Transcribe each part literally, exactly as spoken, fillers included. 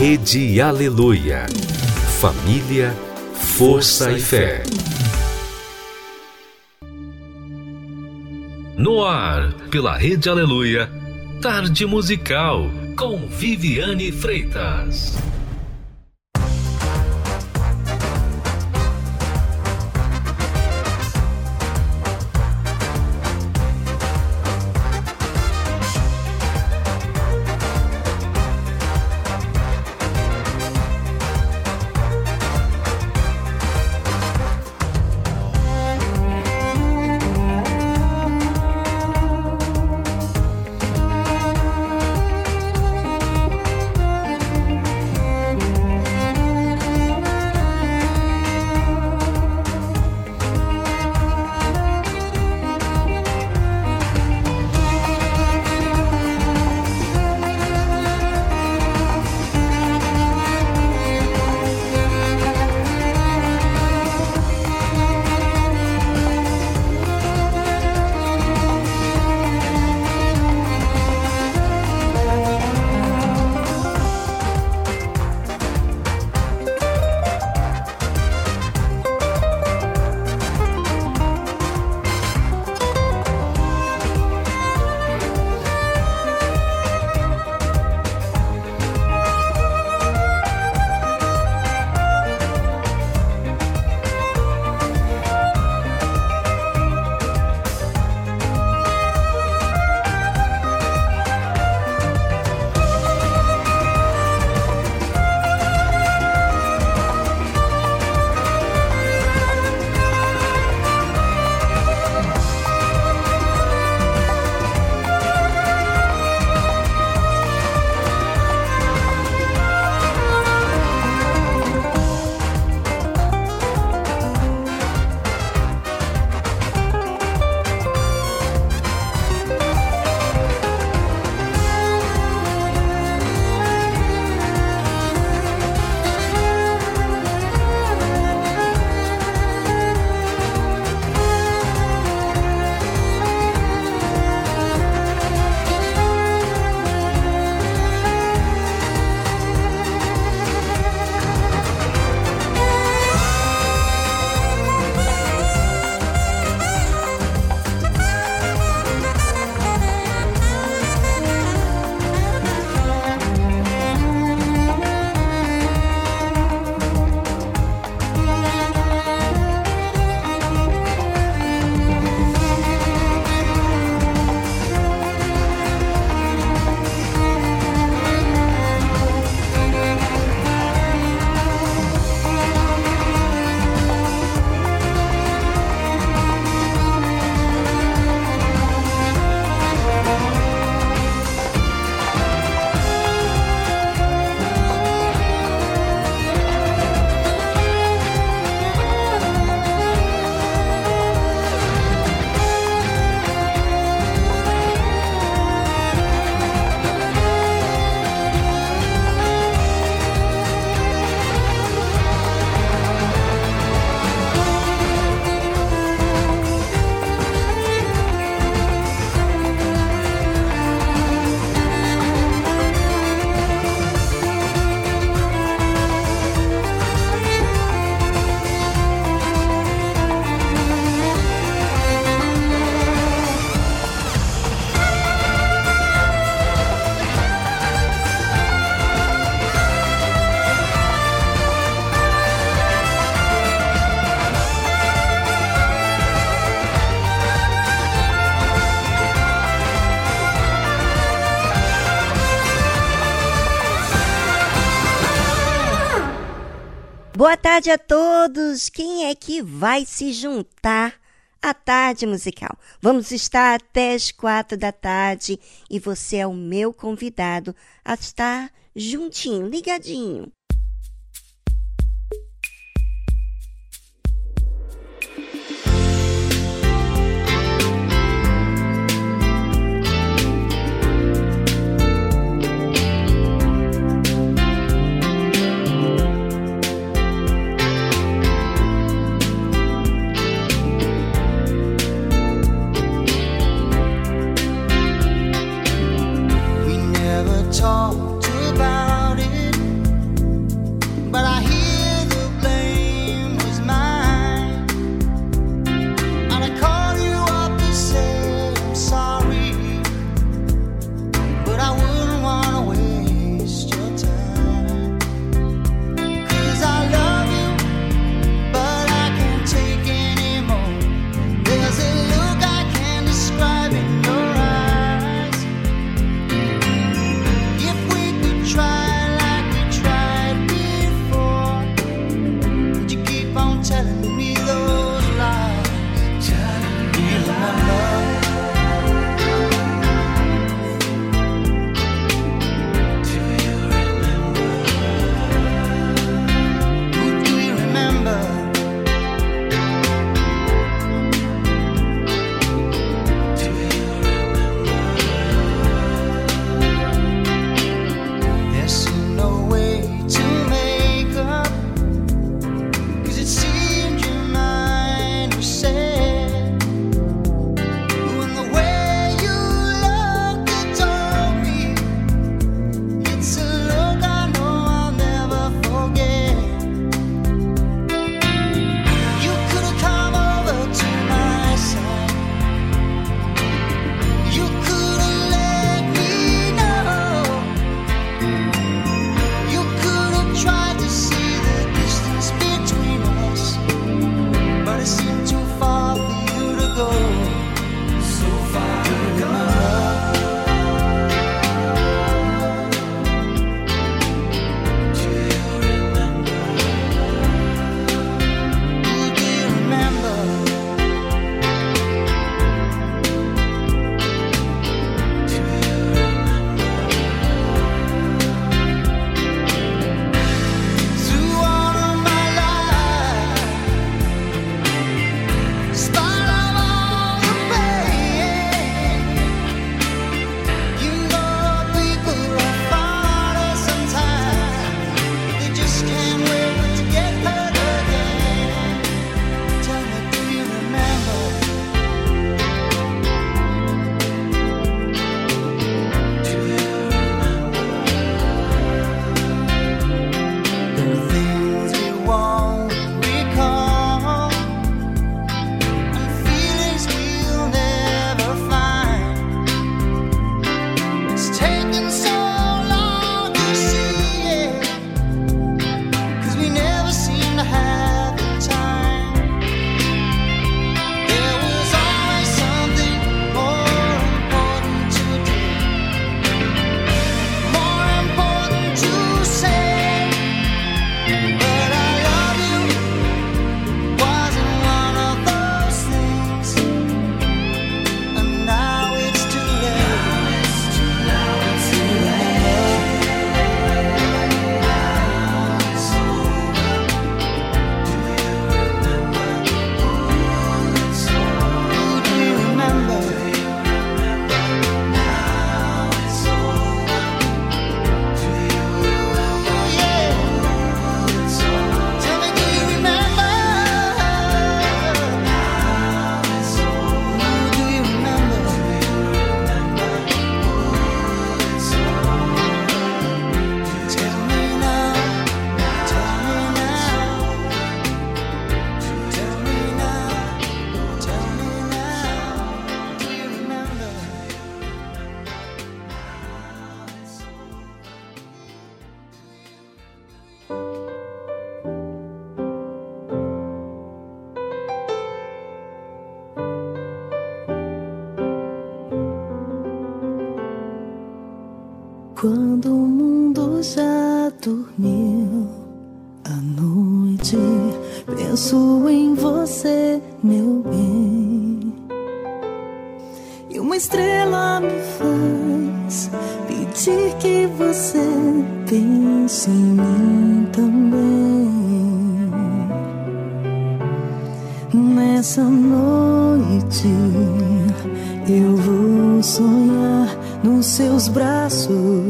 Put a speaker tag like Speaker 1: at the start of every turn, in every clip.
Speaker 1: Rede Aleluia. Família, força e fé.
Speaker 2: No ar, pela Rede Aleluia, Tarde Musical, com Viviane Freitas.
Speaker 3: Boa tarde a todos! Quem é que vai se juntar à Tarde Musical? Vamos estar até as quatro da tarde e você é o meu convidado a estar juntinho, ligadinho.
Speaker 4: Talked about it Quando o mundo já dormiu à noite, penso em você, meu bem. E uma estrela me faz pedir que você pense em mim também. Nessa noite eu vou sonhar nos seus braços.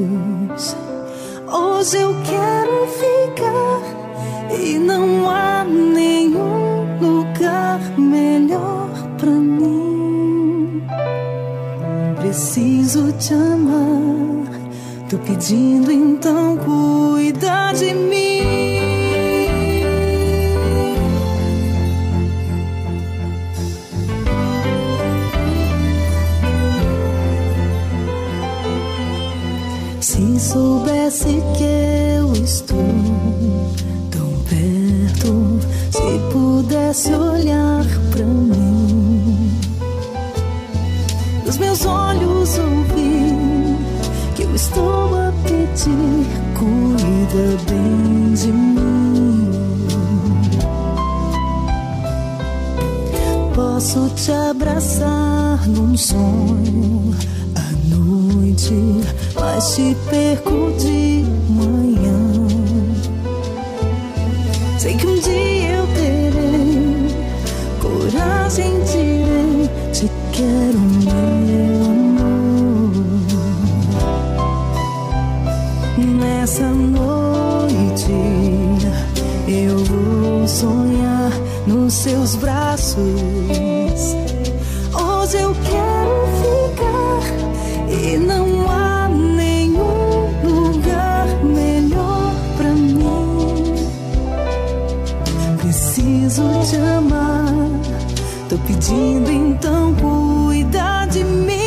Speaker 4: Hoje eu quero ficar e não há nenhum lugar melhor pra mim. Preciso te amar, tô pedindo, então cuida de mim. Se soubesse que eu estou tão perto, se pudesse olhar pra mim, dos meus olhos ouvir que eu estou a pedir, cuida bem de mim. Posso te abraçar num sonho à noite, mas te perco de manhã. Sei que um dia eu terei coragem, direi, te quero, meu amor. Nessa noite eu vou sonhar nos seus braços. Hoje eu quero ficar e não há nenhum lugar melhor pra mim. Preciso te amar, tô pedindo, então cuida de mim.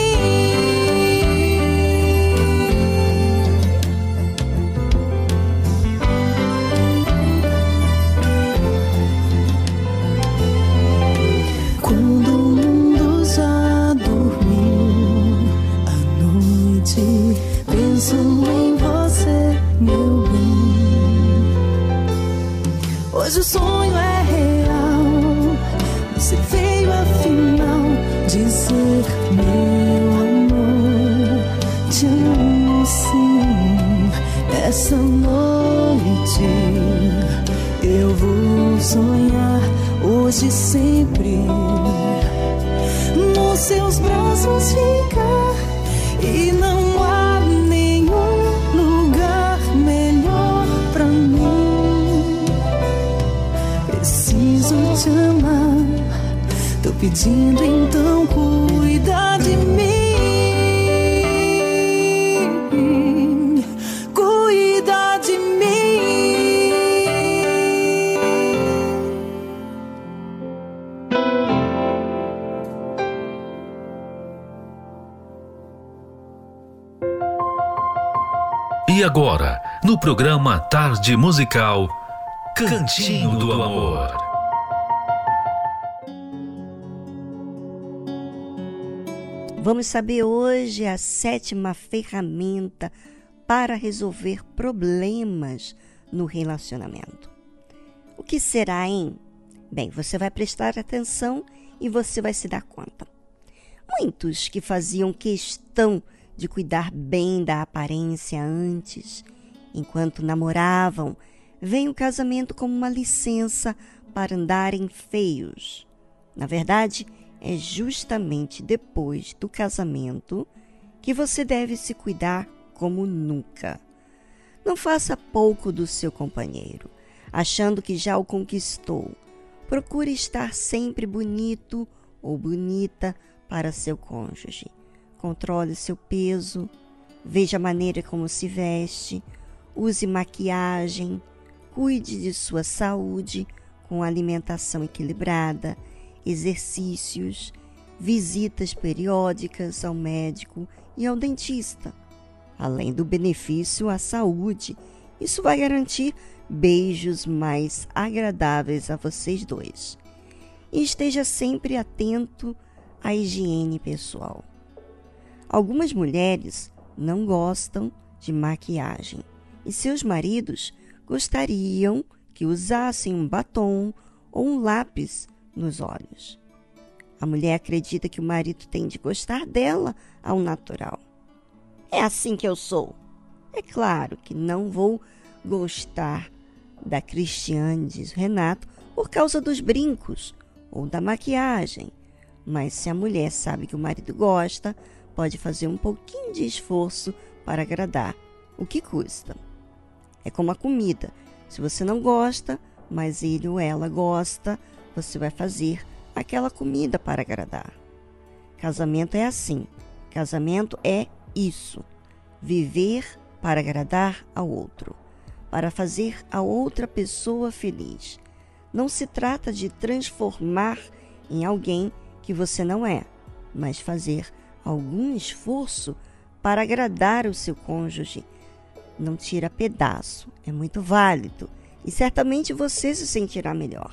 Speaker 4: Penso em você, meu bem. Hoje o sonho é real, você veio afinal dizer, meu amor, te amo sim. Essa noite eu vou sonhar, hoje e sempre, nos seus braços ficar. E não há nenhum lugar melhor pra mim. Preciso te amar, tô pedindo, então cuida de mim. Cuida de mim.
Speaker 2: E agora, no programa Tarde Musical, Cantinho do Amor.
Speaker 3: Vamos saber hoje a sétima ferramenta para resolver problemas no relacionamento. O que será, hein? Bem, você vai prestar atenção e você vai se dar conta. Muitos que faziam questão de cuidar bem da aparência antes, enquanto namoravam, veem o casamento como uma licença para andarem feios. Na verdade, é justamente depois do casamento que você deve se cuidar como nunca. Não faça pouco do seu companheiro, achando que já o conquistou. Procure estar sempre bonito ou bonita para seu cônjuge. Controle seu peso, veja a maneira como se veste, use maquiagem, cuide de sua saúde com alimentação equilibrada, exercícios, visitas periódicas ao médico e ao dentista. Além do benefício à saúde, isso vai garantir beijos mais agradáveis a vocês dois. E esteja sempre atento à higiene pessoal. Algumas mulheres não gostam de maquiagem e seus maridos gostariam que usassem um batom ou um lápis nos olhos. A mulher acredita que o marido tem de gostar dela ao natural. É assim que eu sou. É claro que não vou gostar da Cristiane, diz Renato, por causa dos brincos ou da maquiagem. Mas se a mulher sabe que o marido gosta, pode fazer um pouquinho de esforço para agradar. O que custa? É como a comida. Se você não gosta, mas ele ou ela gosta, você vai fazer aquela comida para agradar. Casamento é assim. Casamento é isso. Viver para agradar ao outro, para fazer a outra pessoa feliz. Não se trata de transformar em alguém que você não é, mas fazer algum esforço para agradar o seu cônjuge. Não tira pedaço, é muito válido e certamente você se sentirá melhor.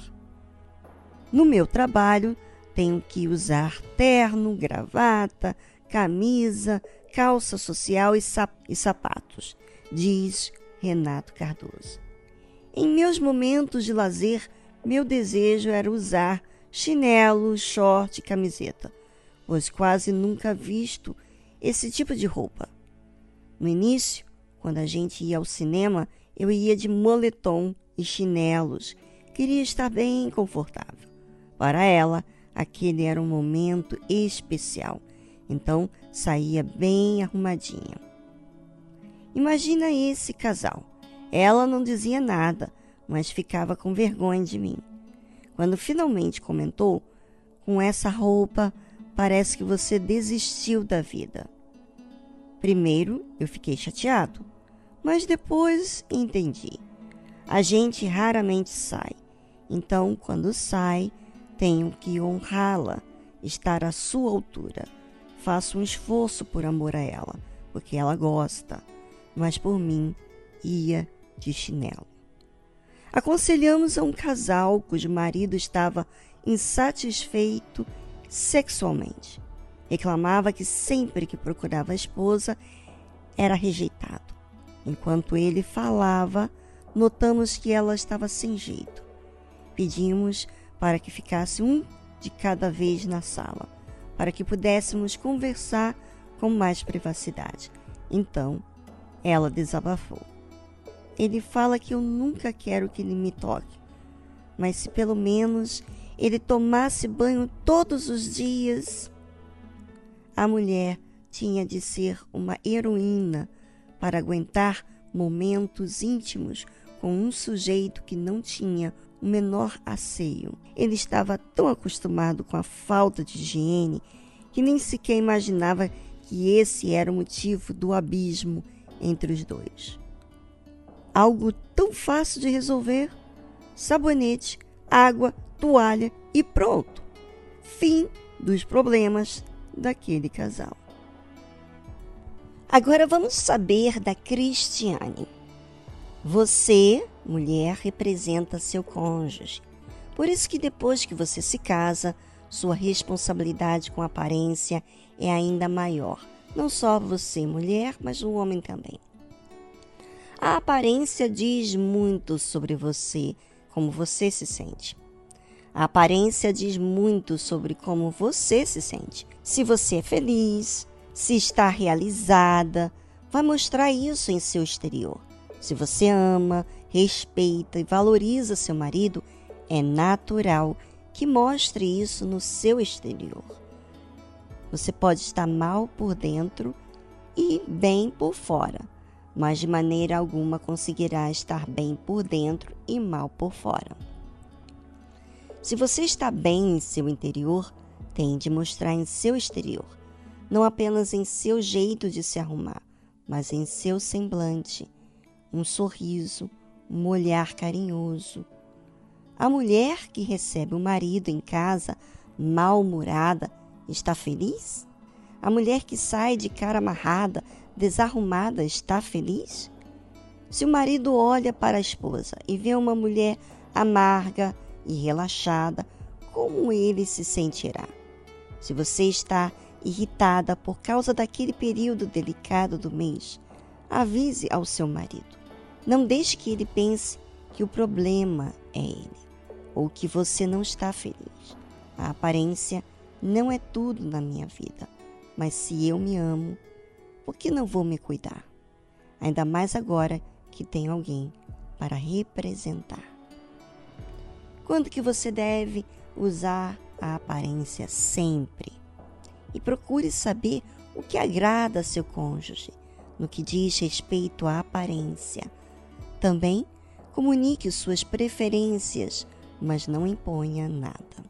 Speaker 3: No meu trabalho, tenho que usar terno, gravata, camisa, calça social e, sap- e sapatos, diz Renato Cardoso. Em meus momentos de lazer, meu desejo era usar chinelo, short e camiseta, pois quase nunca visto esse tipo de roupa. No início, quando a gente ia ao cinema, eu ia de moletom e chinelos. Queria estar bem confortável. Para ela, aquele era um momento especial. Então, saía bem arrumadinha. Imagina esse casal. Ela não dizia nada, mas ficava com vergonha de mim. Quando finalmente comentou, com essa roupa, parece que você desistiu da vida. Primeiro, eu fiquei chateado, mas depois entendi. A gente raramente sai, então, quando sai, tenho que honrá-la, estar à sua altura. Faço um esforço por amor a ela, porque ela gosta, mas por mim ia de chinelo. Aconselhamos a um casal cujo marido estava insatisfeito sexualmente. Reclamava que sempre que procurava a esposa era rejeitado. Enquanto ele falava, notamos que ela estava sem jeito. Pedimos para que ficasse um de cada vez na sala, para que pudéssemos conversar com mais privacidade. Então, ela desabafou. Ele fala que eu nunca quero que ele me toque, mas se pelo menos ele tomasse banho todos os dias. A mulher tinha de ser uma heroína para aguentar momentos íntimos com um sujeito que não tinha o menor asseio. Ele estava tão acostumado com a falta de higiene que nem sequer imaginava que esse era o motivo do abismo entre os dois. Algo tão fácil de resolver: sabonete, água, toalha e pronto. Fim dos problemas daquele casal. Agora vamos saber da Cristiane. Você, mulher, representa seu cônjuge. Por isso que depois que você se casa, sua responsabilidade com a aparência é ainda maior. Não só você, mulher, mas o homem também. A aparência diz muito sobre você, como você se sente. A aparência diz muito sobre como você se sente. Se você é feliz, se está realizada, vai mostrar isso em seu exterior. Se você ama, respeita e valoriza seu marido, é natural que mostre isso no seu exterior. Você pode estar mal por dentro e bem por fora, mas de maneira alguma conseguirá estar bem por dentro e mal por fora. Se você está bem em seu interior, tem de mostrar em seu exterior, não apenas em seu jeito de se arrumar, mas em seu semblante, um sorriso, um olhar carinhoso. A mulher que recebe o marido em casa mal-humorada está feliz? A mulher que sai de cara amarrada, desarrumada, está feliz? Se o marido olha para a esposa e vê uma mulher amarga e relaxada, como ele se sentirá? Se você está irritada por causa daquele período delicado do mês, Avise ao seu marido. Não deixe que ele pense que o problema é ele, ou que você não está feliz. A aparência não é tudo na minha vida, mas se eu me amo, por que não vou me cuidar? Ainda mais agora que tenho alguém para representar. Quando que você deve usar a aparência? Sempre. E procure saber o que agrada a seu cônjuge, no que diz respeito à aparência. Também comunique suas preferências, mas não imponha nada.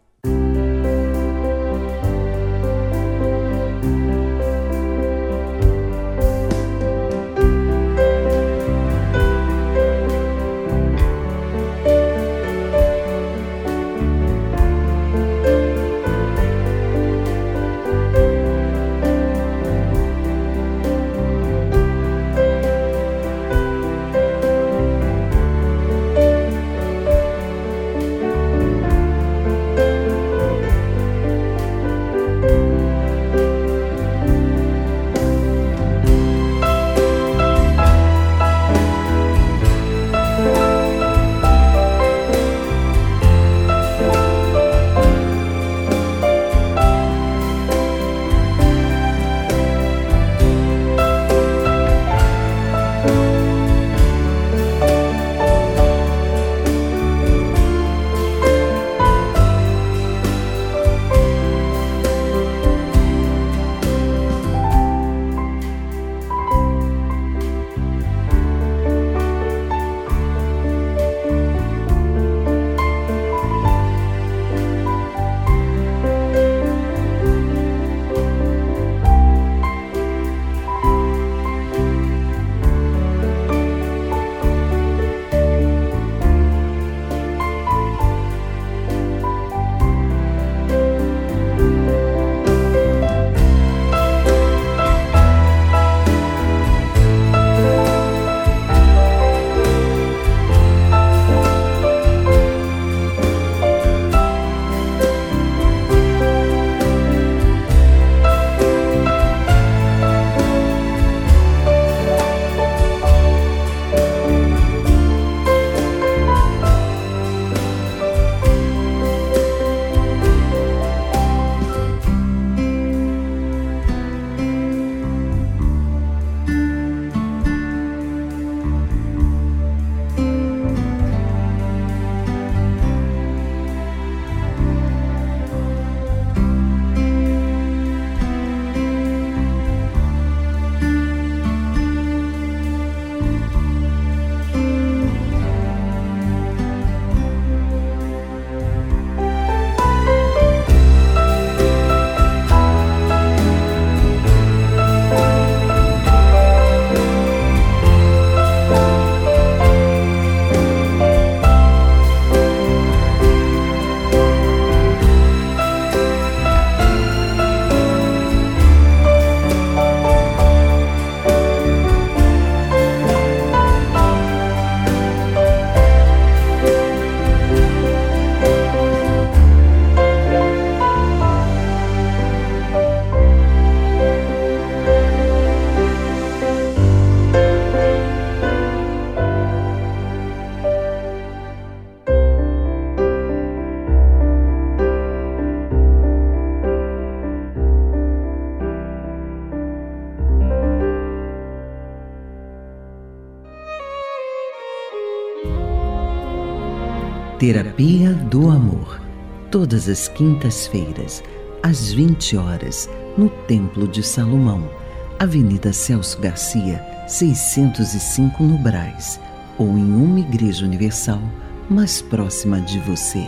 Speaker 5: Terapia do Amor, todas as quintas-feiras, às vinte horas, no Templo de Salomão, Avenida Celso Garcia, seiscentos e cinco, no Brás, ou em uma igreja universal mais próxima de você.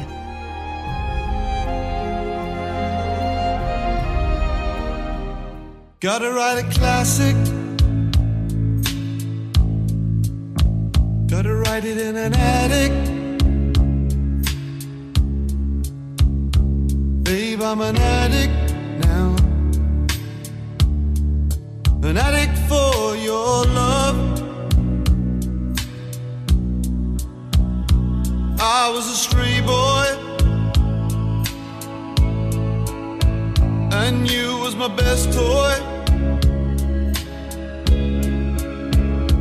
Speaker 6: Gotta write a classic, gotta write it in an attic. Babe, I'm an addict now, an addict for your love. I was a stray boy, and you was my best toy.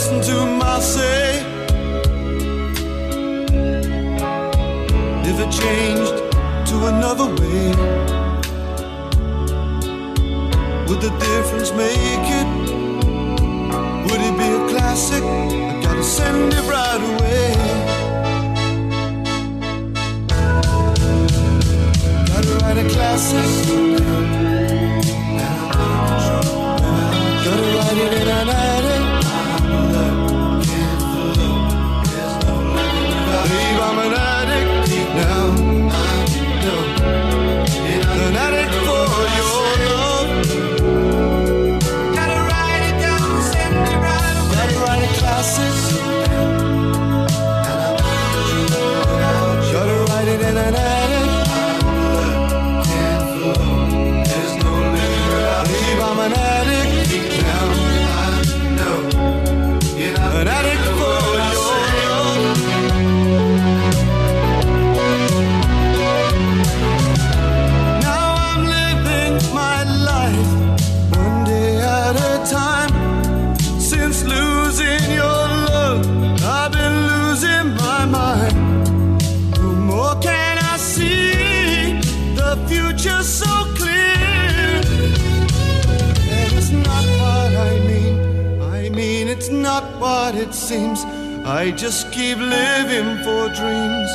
Speaker 6: listen to my say. If it changed to another way, would the difference make it? Would it be a classic? I gotta send it right away. Gotta write a classic. Gotta write it in an attic. Babe, I'm an addict now. An addict for your love. Gotta write it down, send it right away. Gotta write a classic. Gotta write it in an attic. Babe, I'm an addict now. An addict for your love. Now I'm living my life one day at a time. Since losing your love, I've been losing my mind. No more can I see the future so clear. And it's not what I mean, I mean it's not what it seems. I just keep living for dreams.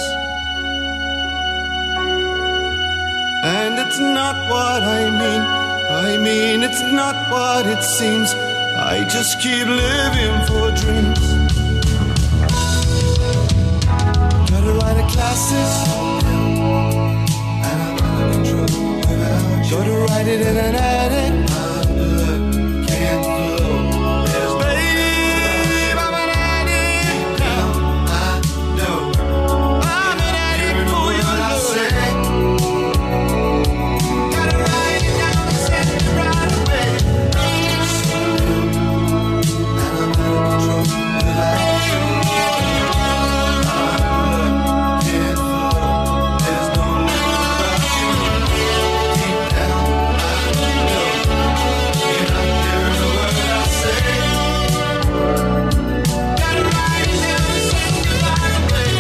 Speaker 6: And it's not what I mean, I mean it's not what it seems. I just keep living for dreams. Gotta write a classic. Gotta write it in an attic. Can't flow. Babe, I'm an addict now. I know. I'm an addict for your love. Gotta write it down and send it right away. And I'm out of control without you. Can't flow. There's no living without you. Deep down, I know. You're not hearing a word I say. Gotta write it down and send it right away.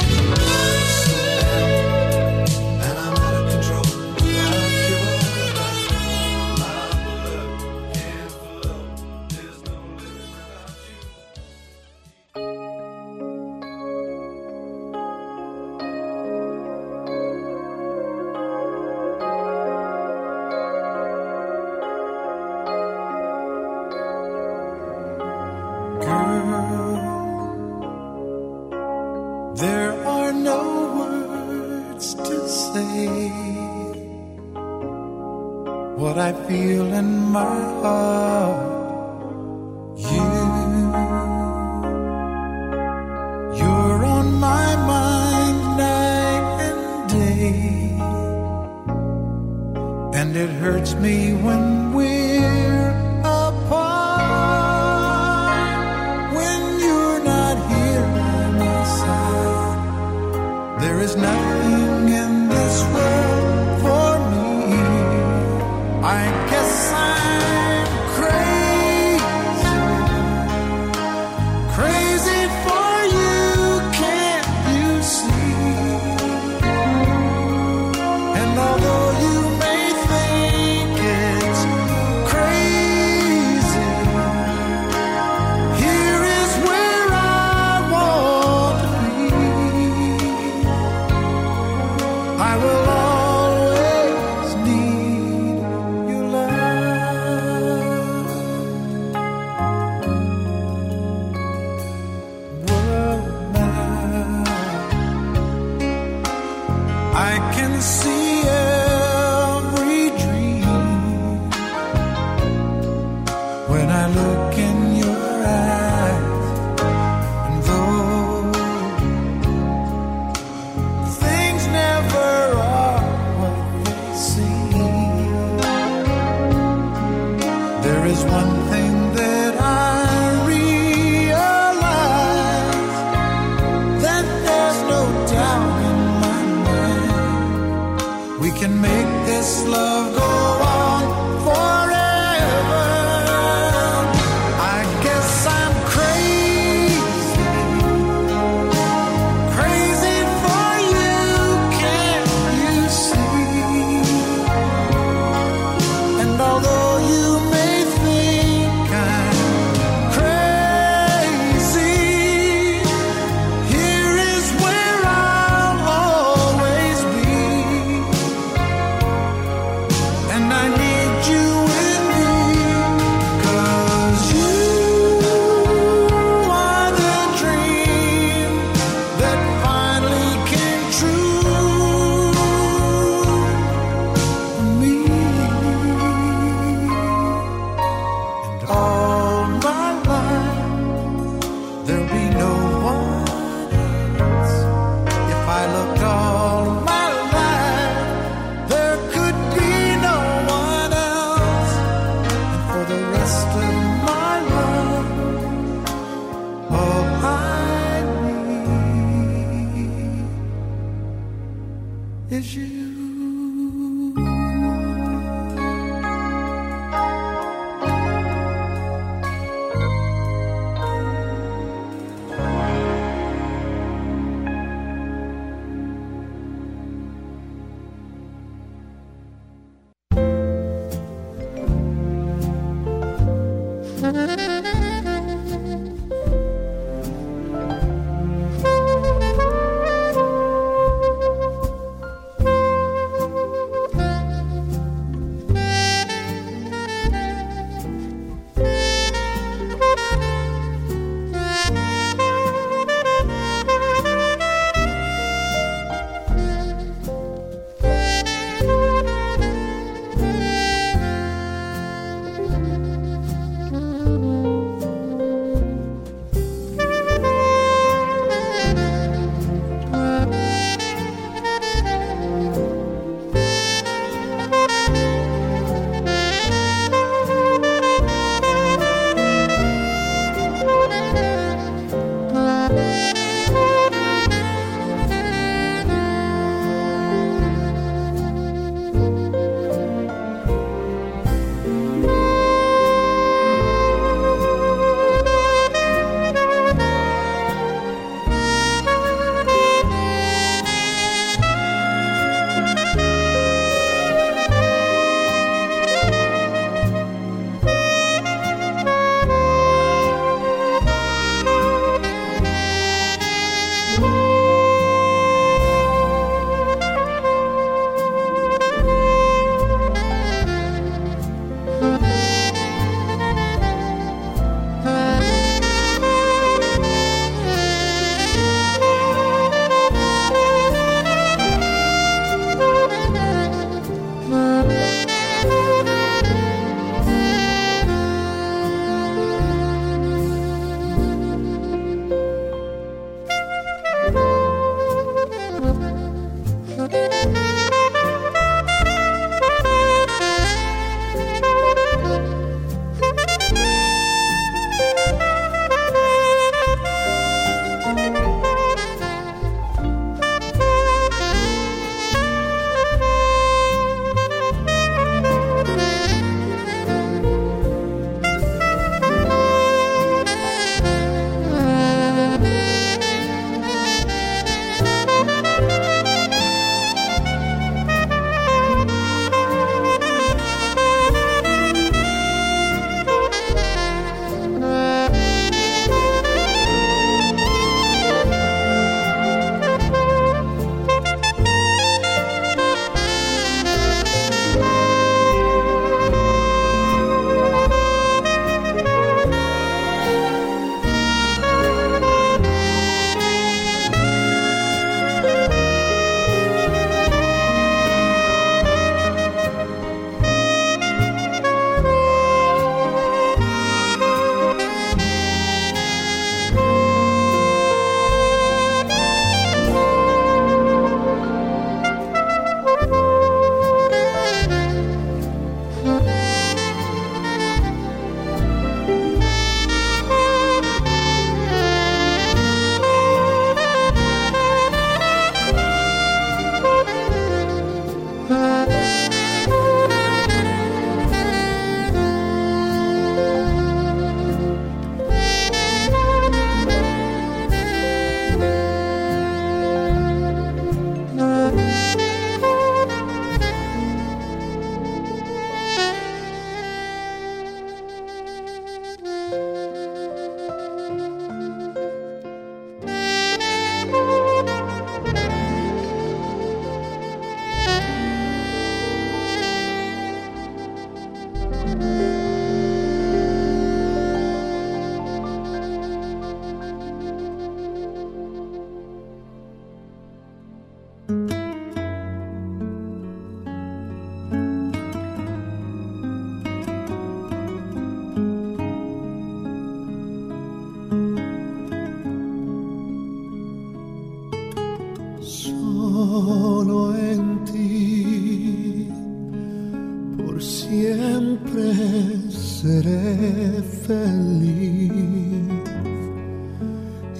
Speaker 6: And I'm out of control without you. My blood can't flow. There's no living without you. Girl, there are no words to say what I feel in my heart. You, you're on my mind night and day, and it hurts me when we're apart. When you're not here by my side, there is nothing in this world for me. I guess I'm crazy, crazy for you, can't you see? And although you may think it's crazy, here is where I want to be. I will always need your love. World map, I can see every dream when I look in your eyes. And though things never are what they seem, there is one thing that I realize, that there's no doubt in my mind. We can make this love go on forever. I guess I'm crazy,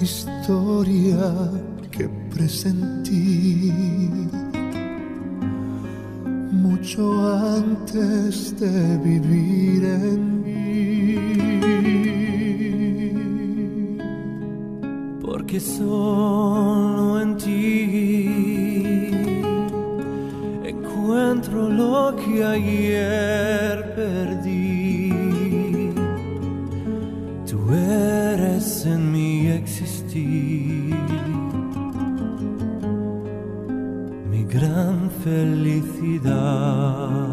Speaker 6: historia que presentí mucho antes de vivir en mí,
Speaker 7: porque solo en ti encuentro lo que ayer perdí. Tú eres en mi existir mi gran felicidad.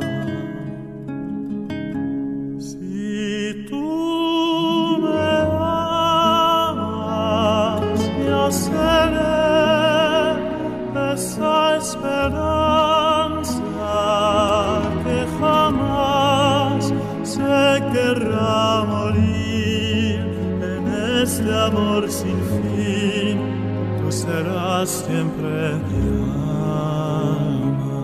Speaker 7: Si tú me amas, yo seré esa esperanza que jamás se querrá morir en este amor sin fin. Tú serás siempre mi alma.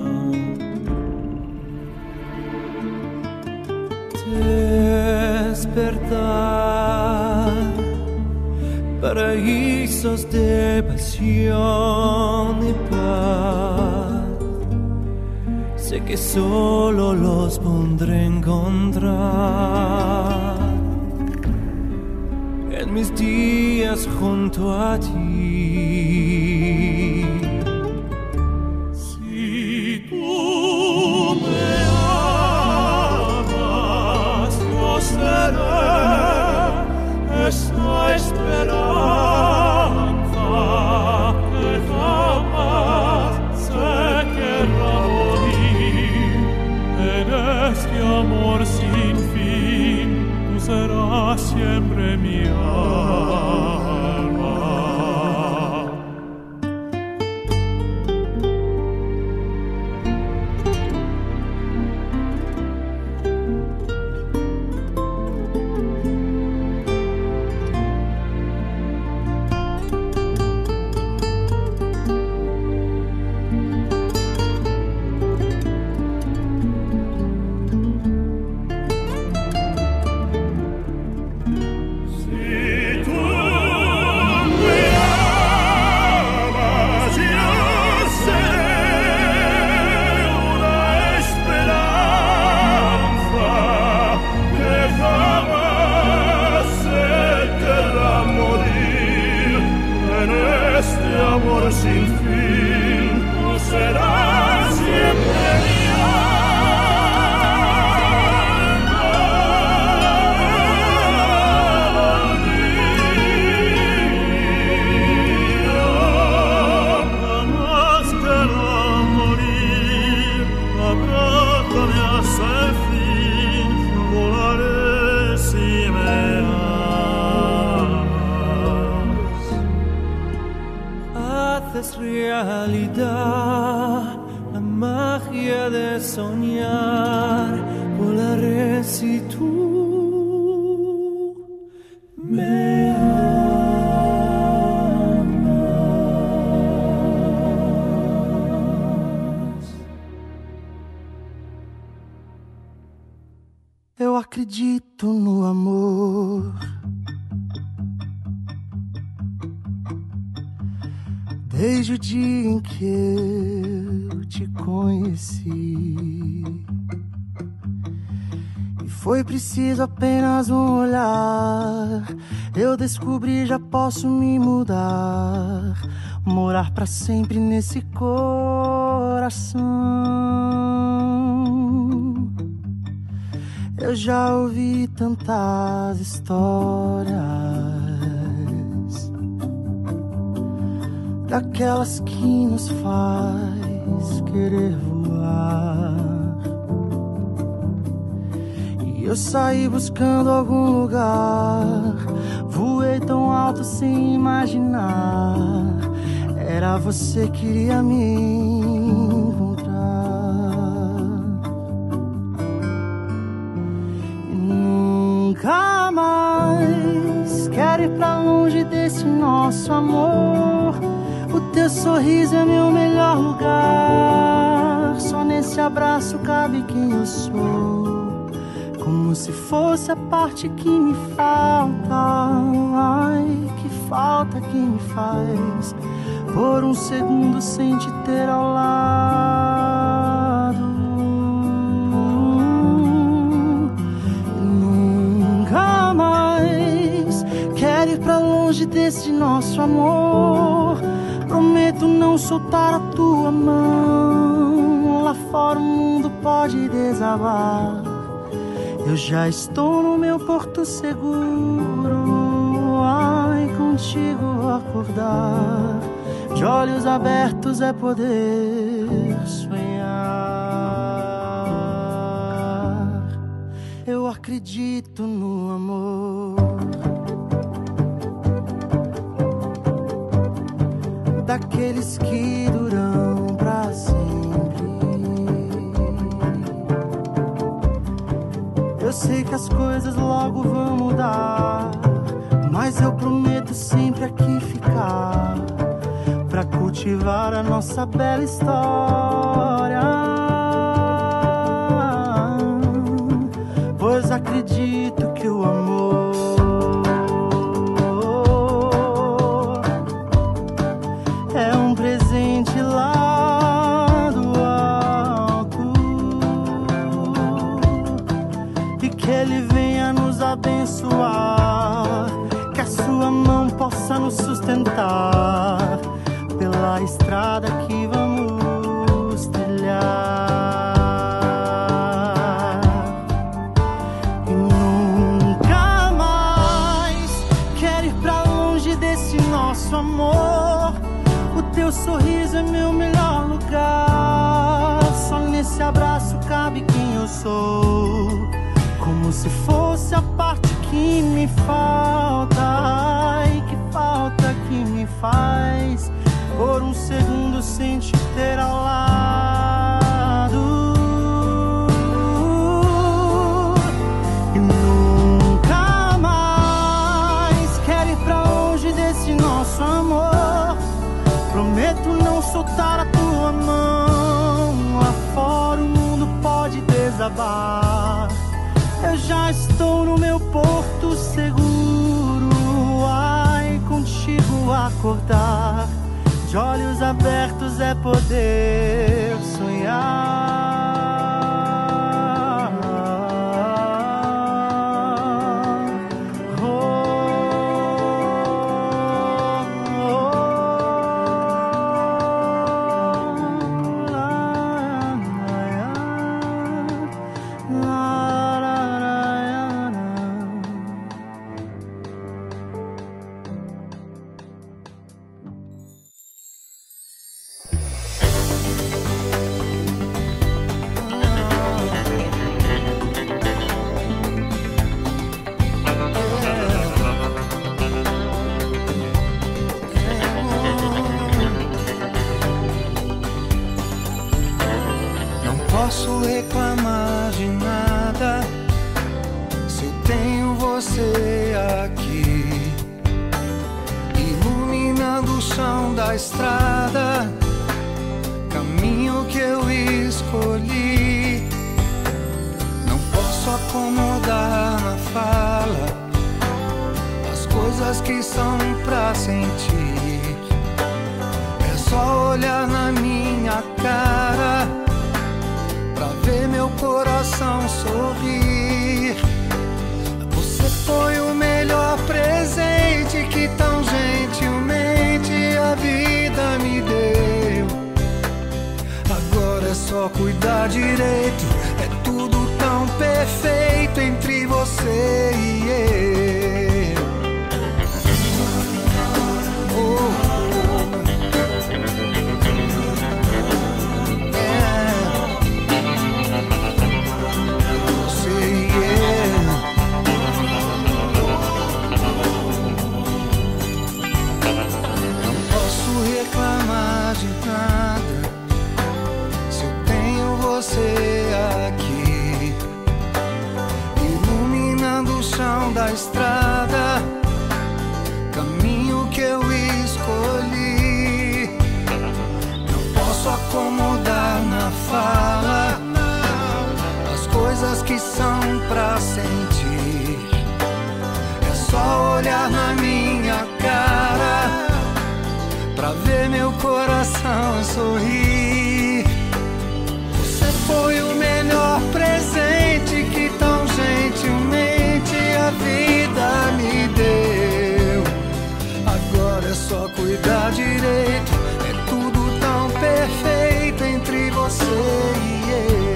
Speaker 7: Despertar, paraísos de pasión y paz. Sé que solo los pondré a encontrar en mis días junto a ti. Si tú me amas, yo seré esa esperanza que jamás se querrá morir en este amor sin fin. Tú serás siempre mi alma. Sin fin, tú serás siempre mi alma. Jamás querrá morir, abrázame hasta el fin, volaré si me haces realidad la magia de soñar. Volaré si tú me amas.
Speaker 8: Eu acredito no amor. Desde o dia em que eu te conheci, e foi preciso apenas um olhar. Eu descobri, já posso me mudar, morar pra sempre nesse coração. Eu já ouvi tantas histórias daquelas que nos faz querer voar, e eu saí buscando algum lugar. Voei tão alto sem imaginar, era você que iria me encontrar. E nunca mais quero ir pra longe desse nosso amor. O teu sorriso é meu melhor lugar. Só nesse abraço cabe quem eu sou, como se fosse a parte que me falta. Ai, que me faz por um segundo sem te ter ao lado. Nunca mais quero ir pra longe desse nosso amor. Prometo não soltar a tua mão. Lá fora o mundo pode desabar. Eu já estou no meu porto seguro. Ai, contigo acordar. De olhos abertos é poder sonhar. Eu acredito no amor daqueles que duram pra sempre. Eu sei que as coisas logo vão mudar, mas eu prometo sempre aqui ficar pra cultivar a nossa bela história. Pois acredito que o amor é um presente lá do alto e que ele venha nos abençoar, que a sua mão possa nos sustentar pela estrada que vamos trilhar. E nunca mais quero ir pra longe desse nosso amor. O teu sorriso é meu melhor lugar. Só nesse abraço cabe quem eu sou, como se fosse a parte que me falta. Ai, que falta que me faz por um segundo sem te ter ao lado. E nunca mais quero ir pra longe desse nosso amor. Prometo não soltar a tua mão. Lá fora o mundo pode desabar. Eu já estou no meu porto seguro. Ai, contigo acordar. De olhos abertos é poder sonhar. Oh, oh, oh, la, la, la, la, la.
Speaker 6: Posso reclamar de nada se eu tenho você aqui, iluminando o chão da estrada, caminho que eu escolhi. Não posso acomodar na fala as coisas que são pra sentir. É só olhar na minha cara pra ver meu coração sorrir. Você foi o melhor presente que tão gentilmente a vida me deu. Agora é só cuidar direito, é tudo tão perfeito entre você e eu. Oh. Da estrada, caminho que eu escolhi. Não posso acomodar na fala as coisas que são pra sentir. É só olhar na minha cara sorrir. Você foi o melhor presente que tão gentilmente a vida me deu. Agora é só cuidar direito, é tudo tão perfeito entre você e eu.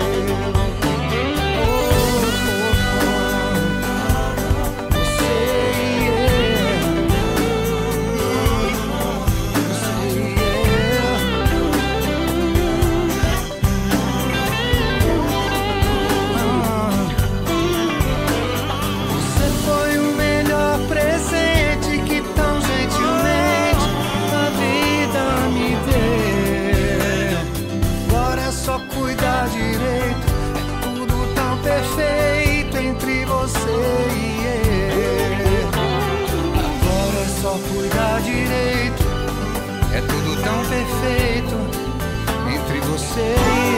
Speaker 6: Perfeito entre você e eu. Agora é só cuidar direito, é tudo tão perfeito entre você e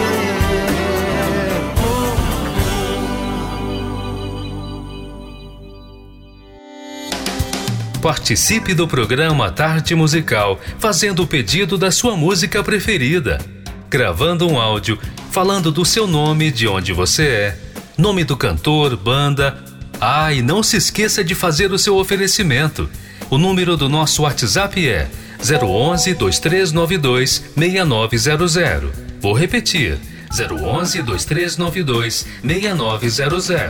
Speaker 2: eu. Participe do programa Tarde Musical fazendo o pedido da sua música preferida, gravando um áudio falando do seu nome, de onde você é, nome do cantor, banda. Ah, e não se esqueça de fazer o seu oferecimento. O número do nosso WhatsApp é zero onze, dois três nove dois, seis nove zero zero. Vou repetir, zero onze, dois três nove dois, seis nove zero zero.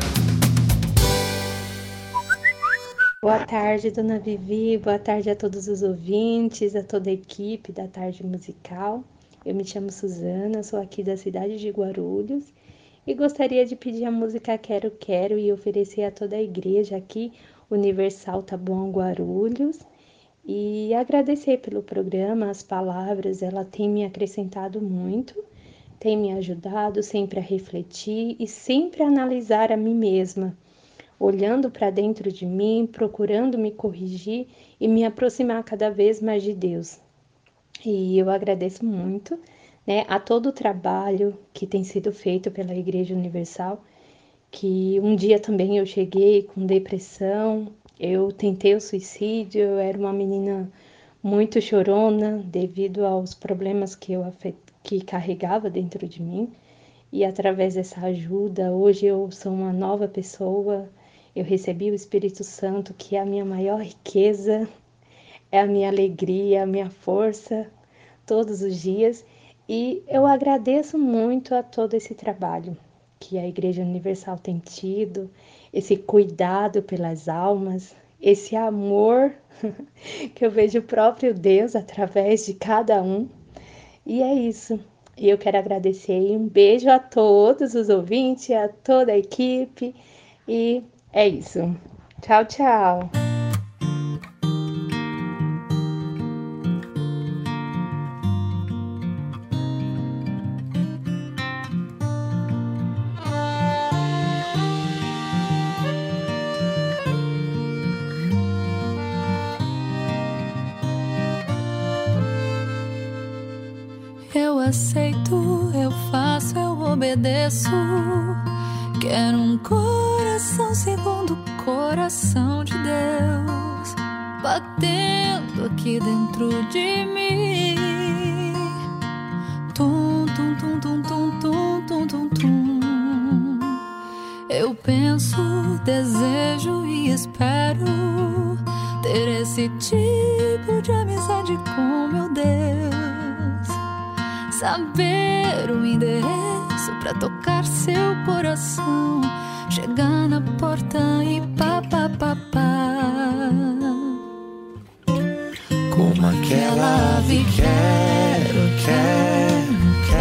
Speaker 9: Boa tarde, dona Vivi, boa tarde a todos os ouvintes, a toda a equipe da Tarde Musical. Eu me chamo Suzana, sou aqui da cidade de Guarulhos e gostaria de pedir a música Quero Quero e oferecer a toda a igreja aqui, Universal Taboão Guarulhos, e agradecer pelo programa, as palavras, ela tem me acrescentado muito, tem me ajudado sempre a refletir e sempre a analisar a mim mesma, olhando para dentro de mim, procurando me corrigir e me aproximar cada vez mais de Deus. E eu agradeço muito, né, a todo o trabalho que tem sido feito pela Igreja Universal, que um dia também eu cheguei com depressão, eu tentei o suicídio, eu era uma menina muito chorona devido aos problemas que eu afet... que carregava dentro de mim, e através dessa ajuda, hoje eu sou uma nova pessoa, eu recebi o Espírito Santo, que é a minha maior riqueza, é a minha alegria, a minha força, todos os dias. E eu agradeço muito a todo esse trabalho que a Igreja Universal tem tido, esse cuidado pelas almas, esse amor que eu vejo o próprio Deus através de cada um. E é isso. E eu quero agradecer e um beijo a todos os ouvintes, a toda a equipe. E é isso. Tchau, tchau.
Speaker 4: Eu aceito, eu faço, eu obedeço. Quero um coração segundo o coração de Deus, batendo aqui dentro de mim. Tum, tum, tum, tum, tum, tum, tum, tum, tum. Eu penso, desejo e espero ter esse tipo de amizade com meu Deus. Saber o endereço pra tocar seu coração, chegar na porta e pá, pá, pá, pá.
Speaker 6: Como aquela ave, quero, quero,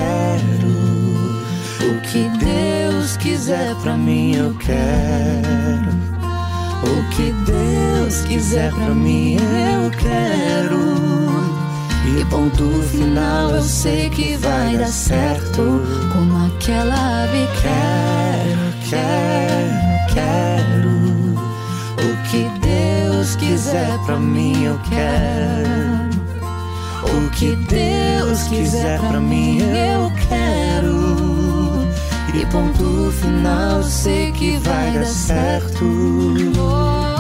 Speaker 6: quero. O que Deus quiser pra mim eu quero. O que Deus quiser pra mim eu quero. E ponto final eu sei que vai dar certo.
Speaker 4: Como aquela ave,
Speaker 6: quero, quero, quero. O que Deus quiser pra mim eu quero. O que Deus quiser pra mim eu quero. E ponto final eu sei que vai dar certo. Oh.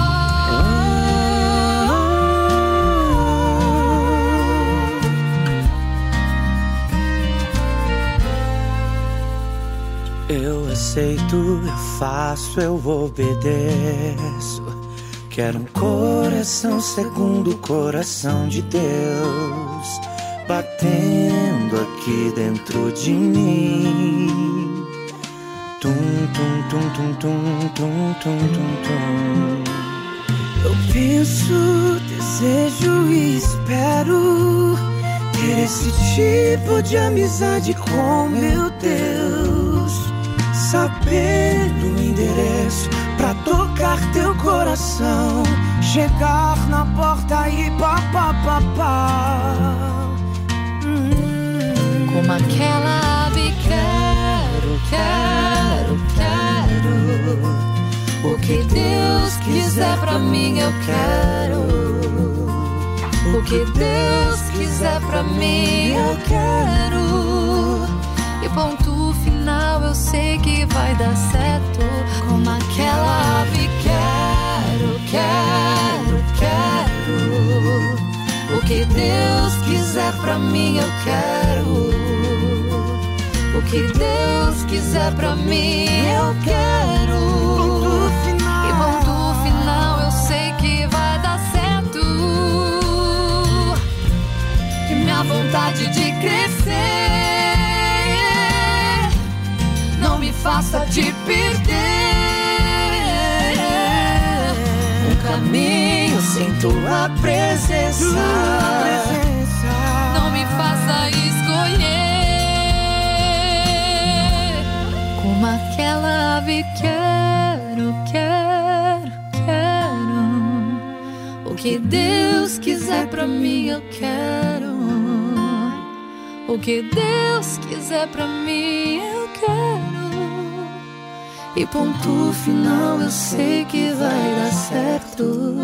Speaker 6: aceito, eu faço, eu obedeço. Quero um coração segundo o coração de Deus, batendo aqui dentro de mim. Tum, tum, tum, tum, tum, tum, tum, tum, tum. Eu penso, desejo e espero ter esse tipo de amizade com meu Deus. Saber o endereço pra tocar teu coração, chegar na porta e pá, pá, pá, pá. Hum.
Speaker 4: Como aquela ave, quero, quero, quero. O que Deus quiser pra mim eu quero. O que Deus quiser pra mim eu quero. E ponto final eu sei que vai dar certo. Como aquela ave, quero, quero, quero. O que Deus quiser pra mim eu quero. O que Deus quiser pra mim eu quero.
Speaker 6: Ponto final.
Speaker 4: E ponto final eu sei que vai dar certo. E minha vontade de crescer não me faça te perder. Um caminho sem tua presença,
Speaker 6: tua presença.
Speaker 4: Não me faça escolher. Como aquela ave, quero, quero, quero. O que Deus quiser pra mim eu quero. O que Deus quiser pra mim eu quero. E ponto final eu sei que vai dar certo.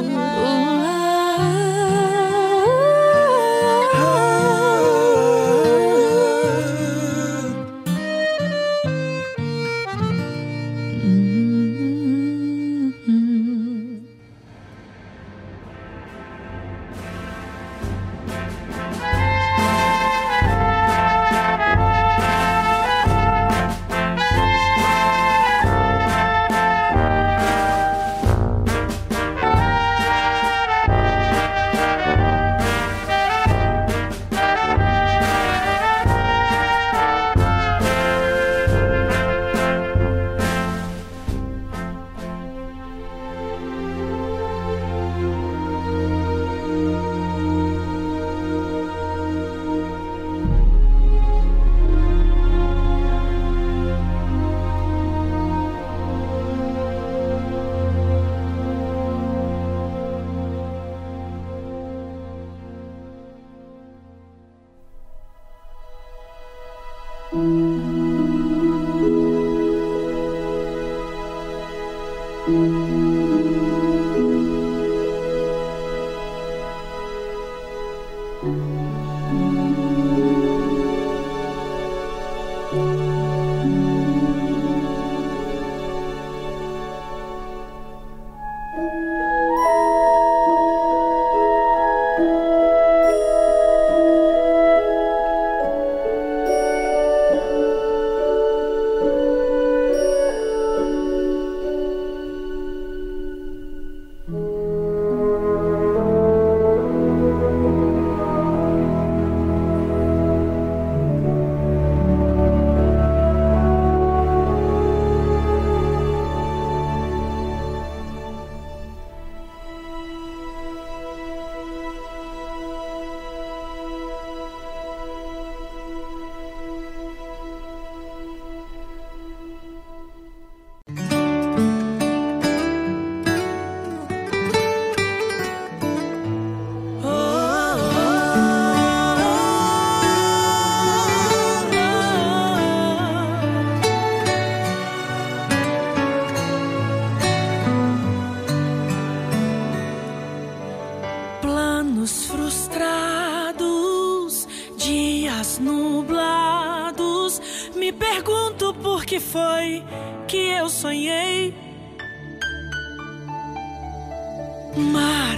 Speaker 10: Mar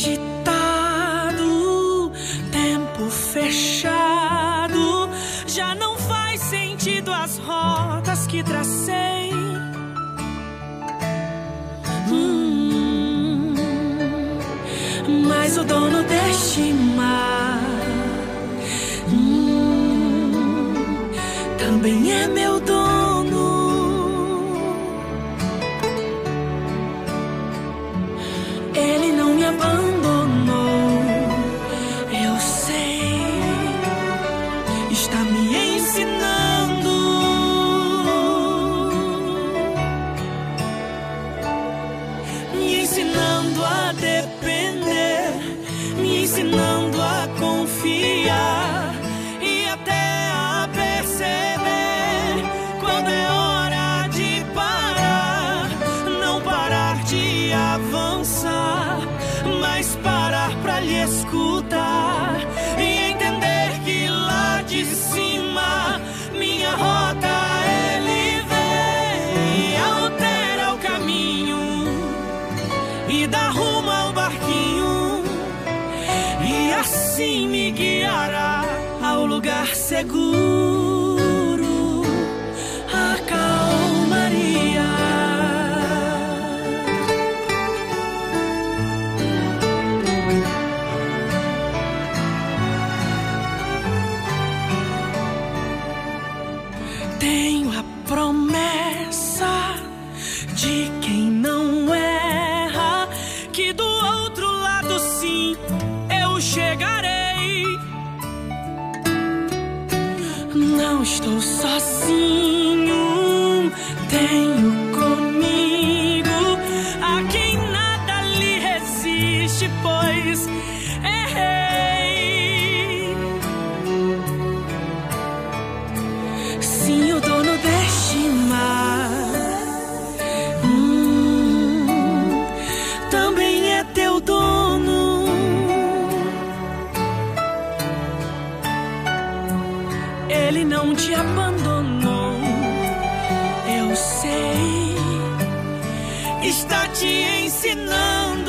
Speaker 10: agitado, tempo fechado, já não faz sentido as rotas que tracei. Pois o dono deste mar hum, também é meu dono. Ele não me abandonou, eu sei, está me ensinando. Me ensinando a depender, me ensinando a confiar e até a perceber quando é hora de parar. Não parar de avançar, mas parar pra lhe escutar e entender que lá de cima minha rota ele vem e altera o caminho e dá rumo ao barquinho, e assim me guiará ao lugar seguro, a calmaria. Tenho a promessa de quem não erra, que do outro lado sim eu chegarei. Não estou sozinho, tenho comigo a quem nada lhe resiste, pois errei. Sim, o dono deste mar hum, também é teu dono. Ele não te abandonou, eu sei, está te ensinando.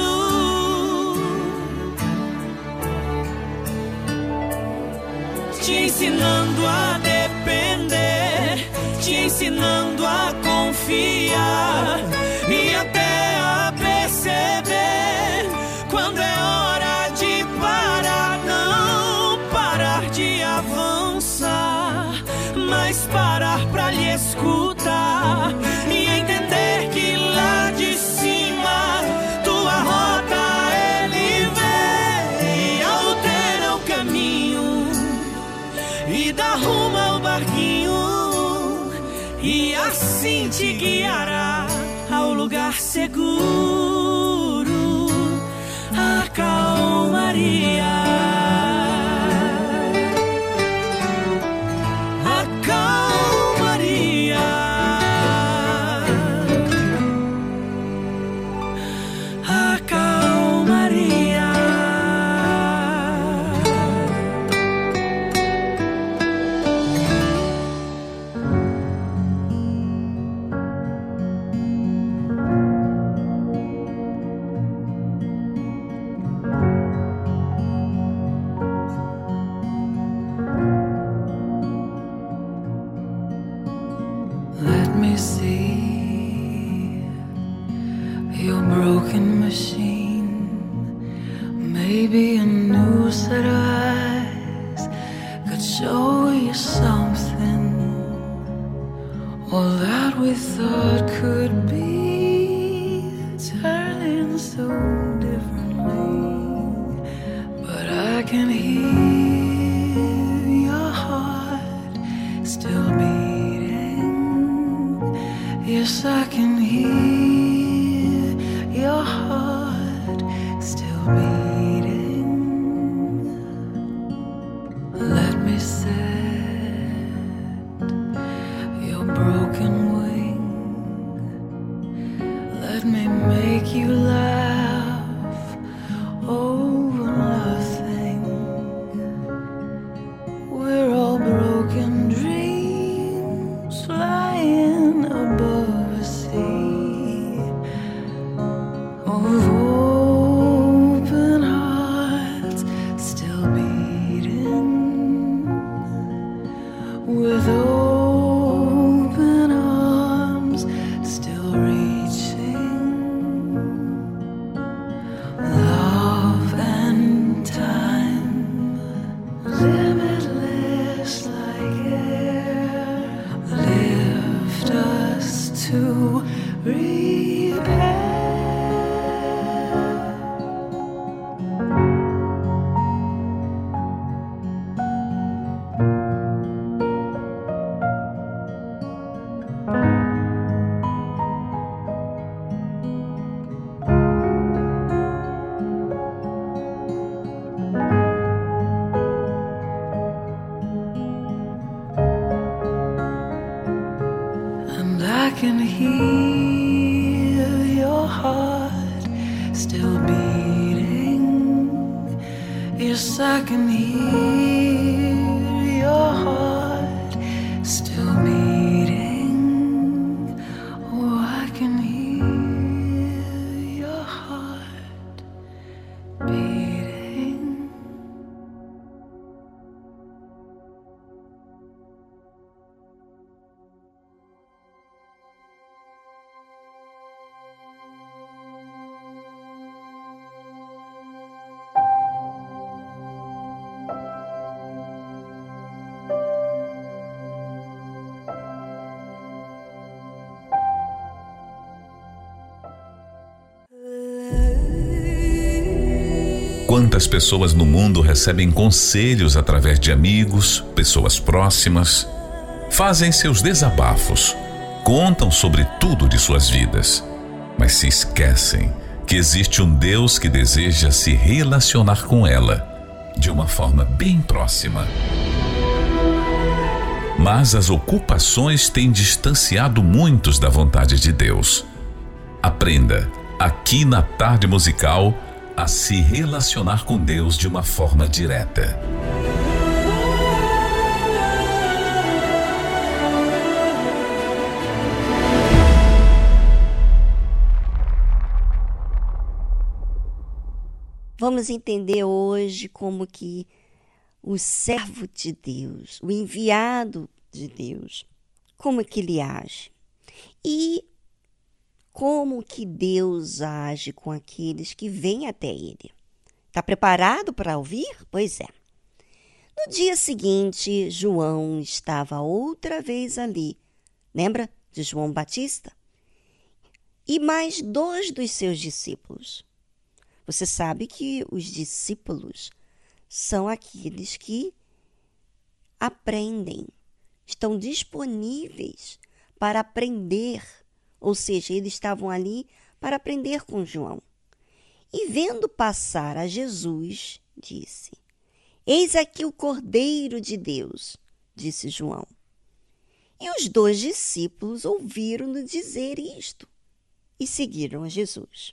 Speaker 10: Te ensinando a depender, te ensinando a confiar e até a perceber quando é hora de parar. Não parar de avançar, mas parar pra lhe escutar e entender que lá de cima tua rota ele vem e altera o caminho e dá rumo ao barquinho, e assim te guiará ao lugar seguro, a calmaria. Maybe a new set of eyes could show you something, all that we thought could be turning so differently. But I can hear your heart still beating. Yes, I can hear your heart still beating. Let me set your broken wing. Let me make you laugh over nothing. Yes, I can hear your heart still beating. Oh, I can hear your heart beating.
Speaker 11: Quantas pessoas no mundo recebem conselhos através de amigos, pessoas próximas, fazem seus desabafos, contam sobre tudo de suas vidas, mas se esquecem que existe um Deus que deseja se relacionar com ela de uma forma bem próxima. Mas as ocupações têm distanciado muitos da vontade de Deus. Aprenda, aqui na Tarde Musical, a se relacionar com Deus de uma forma direta.
Speaker 3: Vamos entender hoje como que o servo de Deus, o enviado de Deus, como que ele age. E como que Deus age com aqueles que vêm até ele. Está preparado para ouvir? Pois é. No dia seguinte, João estava outra vez ali. Lembra de João Batista? E mais dois dos seus discípulos. Você sabe que os discípulos são aqueles que aprendem, estão disponíveis para aprender. Ou seja, eles estavam ali para aprender com João. E vendo passar a Jesus, disse: Eis aqui o Cordeiro de Deus, disse João. E os dois discípulos ouviram-no dizer isto e seguiram a Jesus.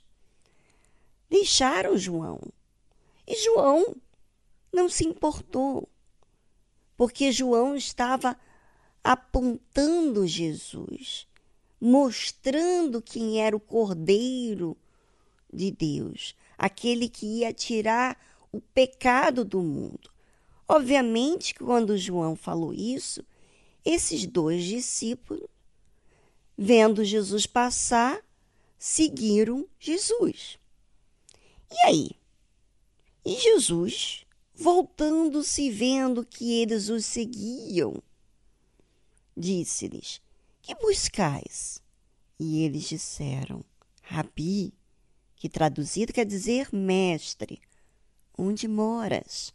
Speaker 3: Deixaram João. E João não se importou, porque João estava apontando Jesus, mostrando quem era o Cordeiro de Deus, aquele que ia tirar o pecado do mundo. Obviamente que quando João falou isso, esses dois discípulos, vendo Jesus passar, seguiram Jesus. E aí? E Jesus, voltando-se, vendo que eles os seguiam, disse-lhes: Que buscais? E eles disseram: Rabi, que traduzido quer dizer mestre, onde moras?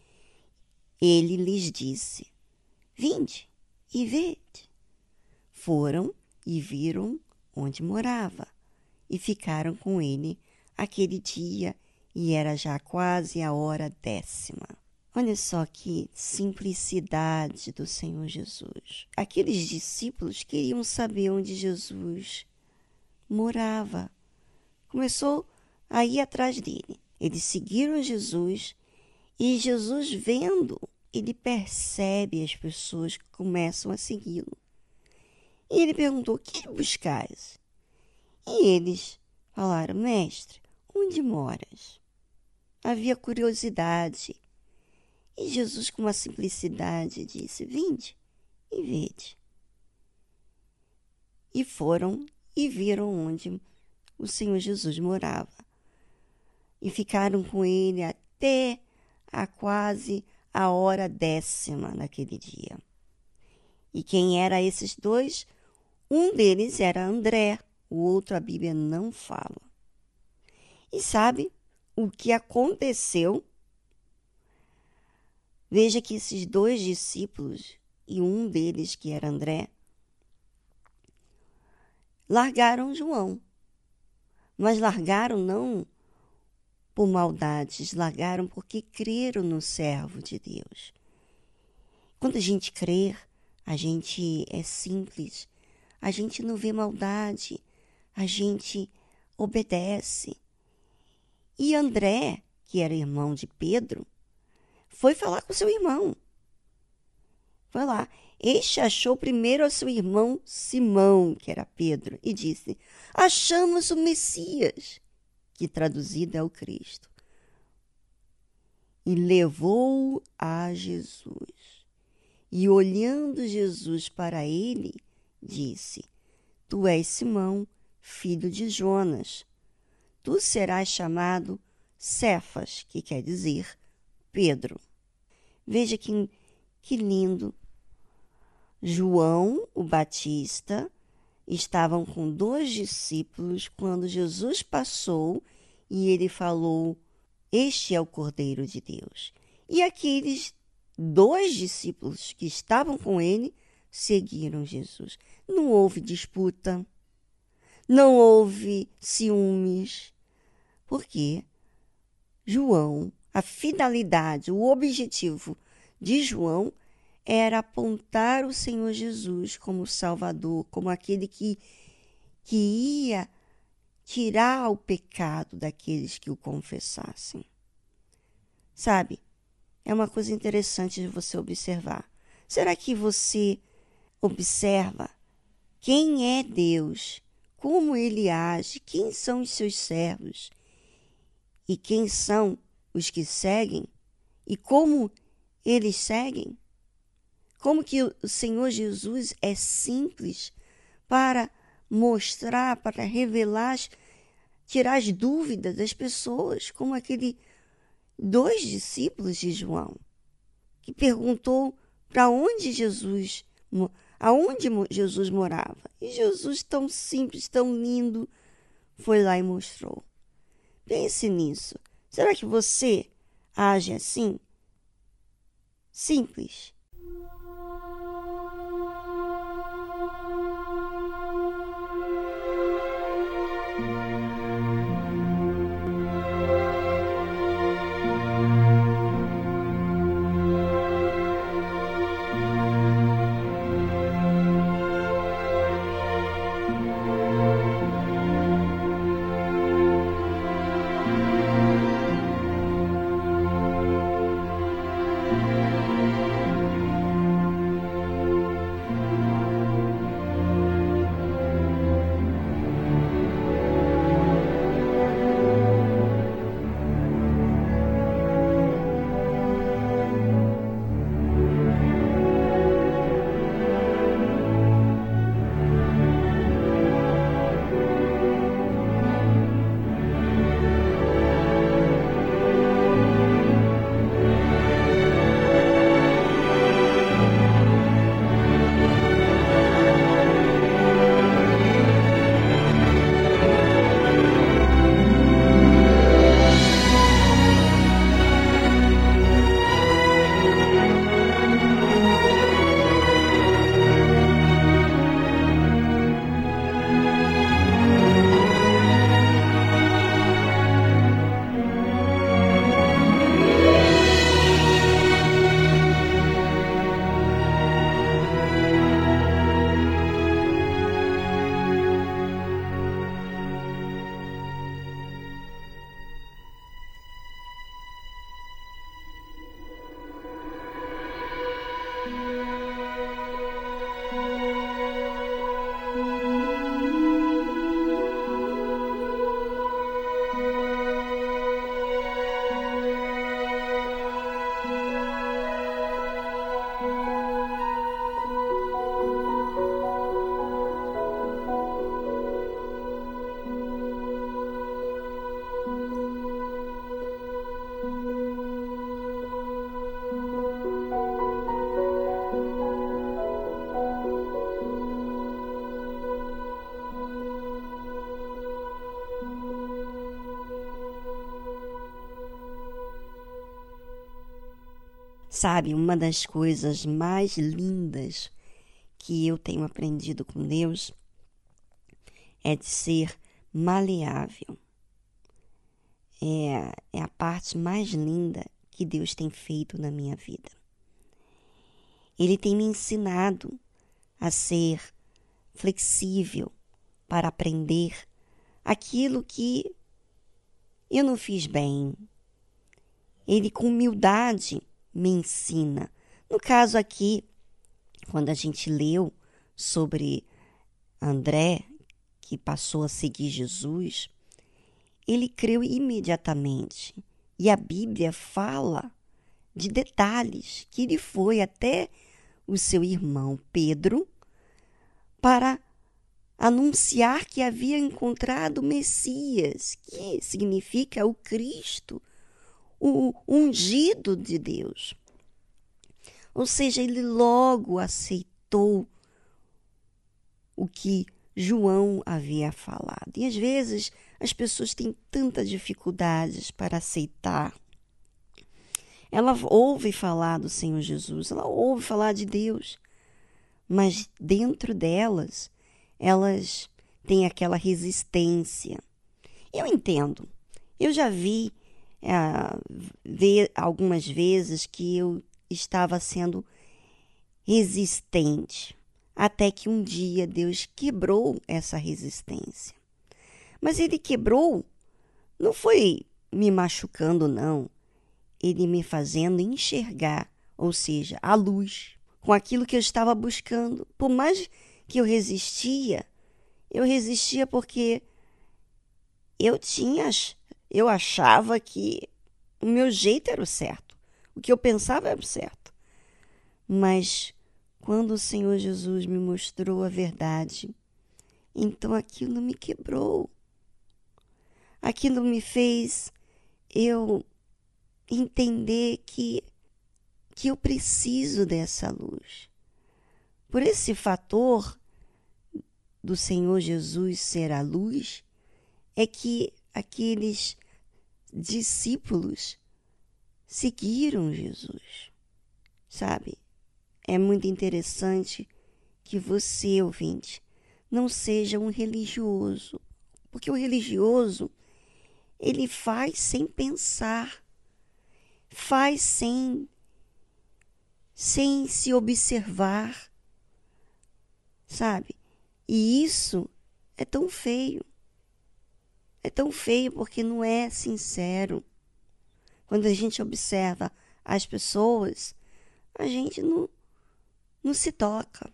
Speaker 3: Ele lhes disse: Vinde e vede. Foram e viram onde morava e ficaram com ele aquele dia, e era já quase a hora décima. Olha só que simplicidade do Senhor Jesus. Aqueles discípulos queriam saber onde Jesus morava. Começou a ir atrás dele. Eles seguiram Jesus e Jesus, vendo, ele percebe as pessoas que começam a segui-lo. E ele perguntou: Que buscais? E eles falaram: Mestre, onde moras? Havia curiosidade. E Jesus, com uma simplicidade, disse: Vinde e vede. E foram e viram onde o Senhor Jesus morava. E ficaram com ele até a quase a hora décima naquele dia. E quem eram esses dois? Um deles era André, o outro a Bíblia não fala. E sabe o que aconteceu? Veja que esses dois discípulos, e um deles, que era André, largaram João. Mas largaram não por maldades, largaram porque creram no servo de Deus. Quando a gente crê, a gente é simples, a gente não vê maldade, a gente obedece. E André, que era irmão de Pedro, foi falar com seu irmão. Foi lá. Este achou primeiro a seu irmão Simão, que era Pedro, e disse: achamos o Messias, que traduzido é o Cristo. E levou-o a Jesus. E olhando Jesus para ele, disse: tu és Simão, filho de Jonas. Tu serás chamado Cefas, que quer dizer Pedro. Veja que, que lindo. João, o Batista, estavam com dois discípulos quando Jesus passou e ele falou: este é o Cordeiro de Deus. E aqueles dois discípulos que estavam com ele seguiram Jesus. Não houve disputa, não houve ciúmes, porque João, a finalidade, o objetivo de João era apontar o Senhor Jesus como Salvador, como aquele que, que ia tirar o pecado daqueles que o confessassem. Sabe, é uma coisa interessante de você observar. Será que você observa quem é Deus, como Ele age, quem são os seus servos e quem são os que seguem e como eles seguem? Como que o Senhor Jesus é simples para mostrar, para revelar, tirar as dúvidas das pessoas, como aquele dois discípulos de João, que perguntou para onde Jesus, aonde Jesus morava. E Jesus, tão simples, tão lindo, foi lá e mostrou. Pense nisso. Será que você age assim? Simples. Sabe, uma das coisas mais lindas que eu tenho aprendido com Deus é de ser maleável. É, é a parte mais linda que Deus tem feito na minha vida. Ele tem me ensinado a ser flexível para aprender aquilo que eu não fiz bem. Ele, com humildade, me ensina. No caso aqui, quando a gente leu sobre André, que passou a seguir Jesus, ele creu imediatamente. E a Bíblia fala de detalhes que ele foi até o seu irmão Pedro para anunciar que havia encontrado o Messias, que significa o Cristo, o ungido de Deus. Ou seja, ele logo aceitou o que João havia falado. E às vezes as pessoas têm tantas dificuldades para aceitar. Ela ouve falar do Senhor Jesus, ela ouve falar de Deus, mas dentro delas, elas têm aquela resistência. Eu entendo. Eu já vi é, ver algumas vezes que eu estava sendo resistente, até que um dia Deus quebrou essa resistência. Mas ele quebrou, não foi me machucando, não. Ele me fazendo enxergar, ou seja, a luz, com aquilo que eu estava buscando. Por mais que eu resistia, eu resistia porque eu tinha, eu achava que o meu jeito era o certo, o que eu pensava era o certo. Mas quando o Senhor Jesus me mostrou a verdade, então aquilo me quebrou. Aquilo me fez eu entender que, que eu preciso dessa luz. Por esse fator do Senhor Jesus ser a luz, é que aqueles discípulos seguiram Jesus, sabe? É muito interessante que você, ouvinte, não seja um religioso, porque o religioso, ele faz sem pensar, faz sem, sem se observar, sabe? E isso é tão feio. É tão feio porque não é sincero. Quando a gente observa as pessoas, a gente não, não se toca.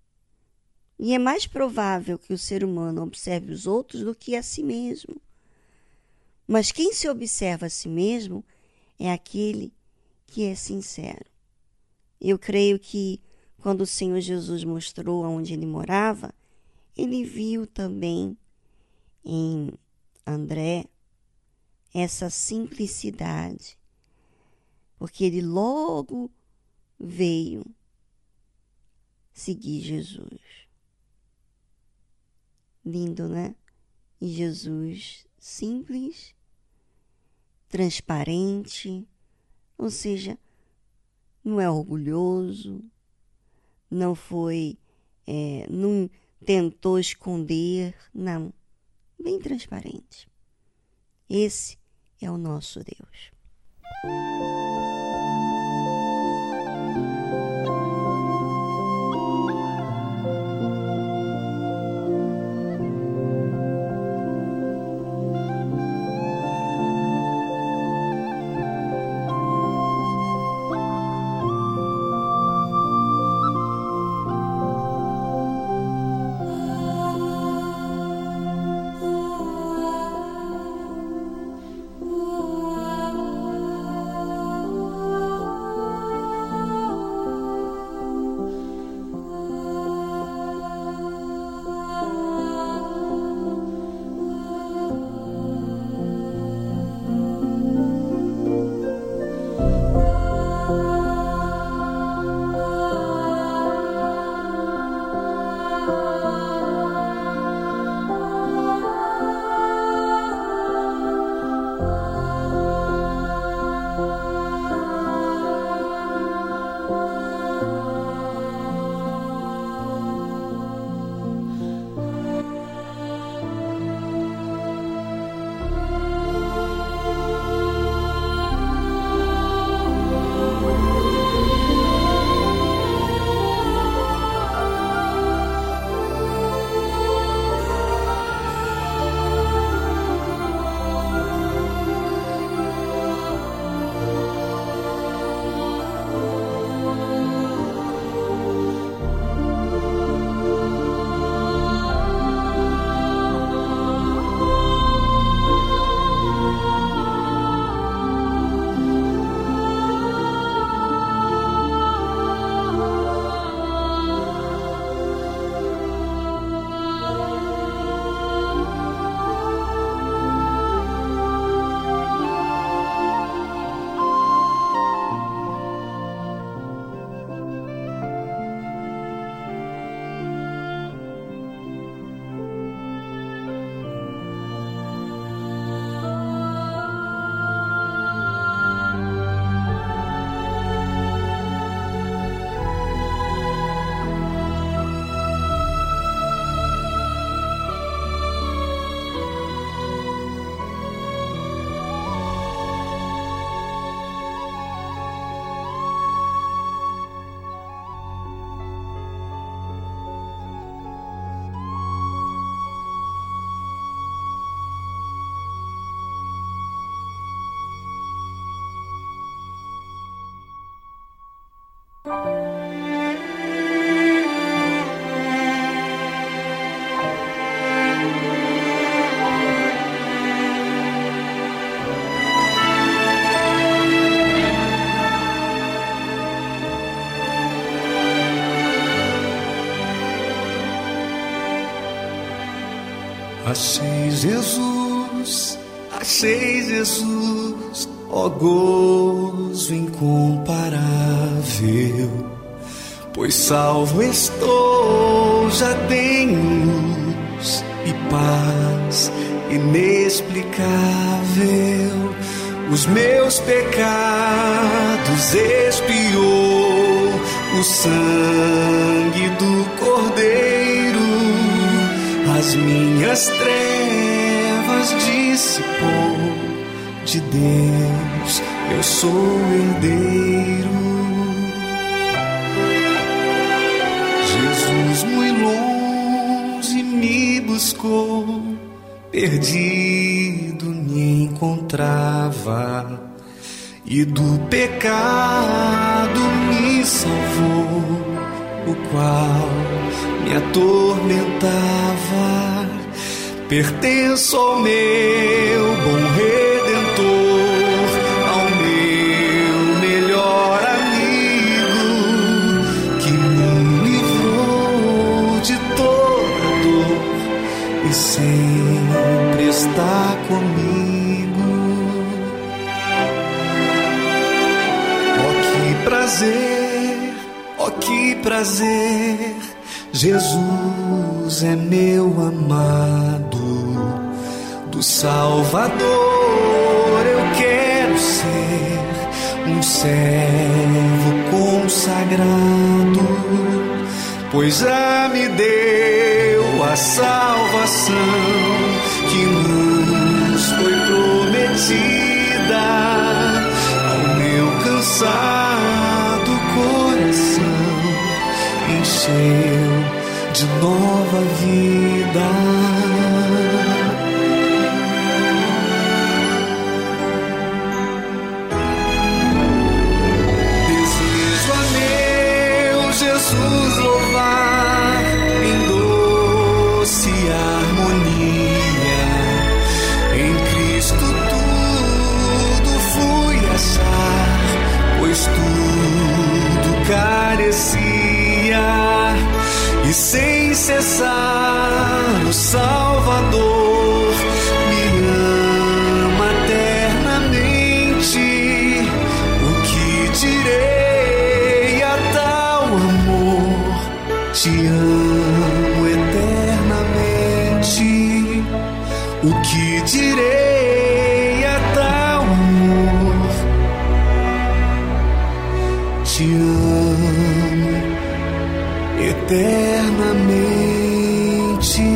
Speaker 3: E é mais provável que o ser humano observe os outros do que a si mesmo. Mas quem se observa a si mesmo é aquele que é sincero. Eu creio que quando o Senhor Jesus mostrou onde ele morava, ele viu também em André essa simplicidade, porque ele logo veio seguir Jesus. Lindo, né? E Jesus simples, transparente, ou seja, não é orgulhoso, não foi, é, não tentou esconder, não, bem transparente. Esse é o nosso Deus.
Speaker 10: Ooh.
Speaker 6: Achei Jesus, achei Jesus, ó gozo incomparável, pois salvo estou, já tenho luz e paz inexplicável. Os meus pecados expiou o sangue do Cordeiro, as minhas trevas dissipou, de Deus eu sou herdeiro. Jesus muito longe me buscou, perdido me encontrava, e do pecado me salvou, o qual me atormentava. Pertenço ao meu bom Redentor, ao meu melhor amigo, que me livrou de toda dor e sempre está comigo. Oh, que prazer, oh, que prazer, Jesus é meu amado, do Salvador eu quero ser um servo consagrado, pois já me deu a salvação que nos foi prometida. Ao meu cansado coração encheu de nova vida. Desejo a meu Jesus louvar em doce harmonia. Em Cristo tudo fui achar, pois tudo carecia. E sem cessar o Salvador me ama eternamente. O que direi a tal amor? Te amo eternamente. O que direi a tal amor? Te amo eternamente.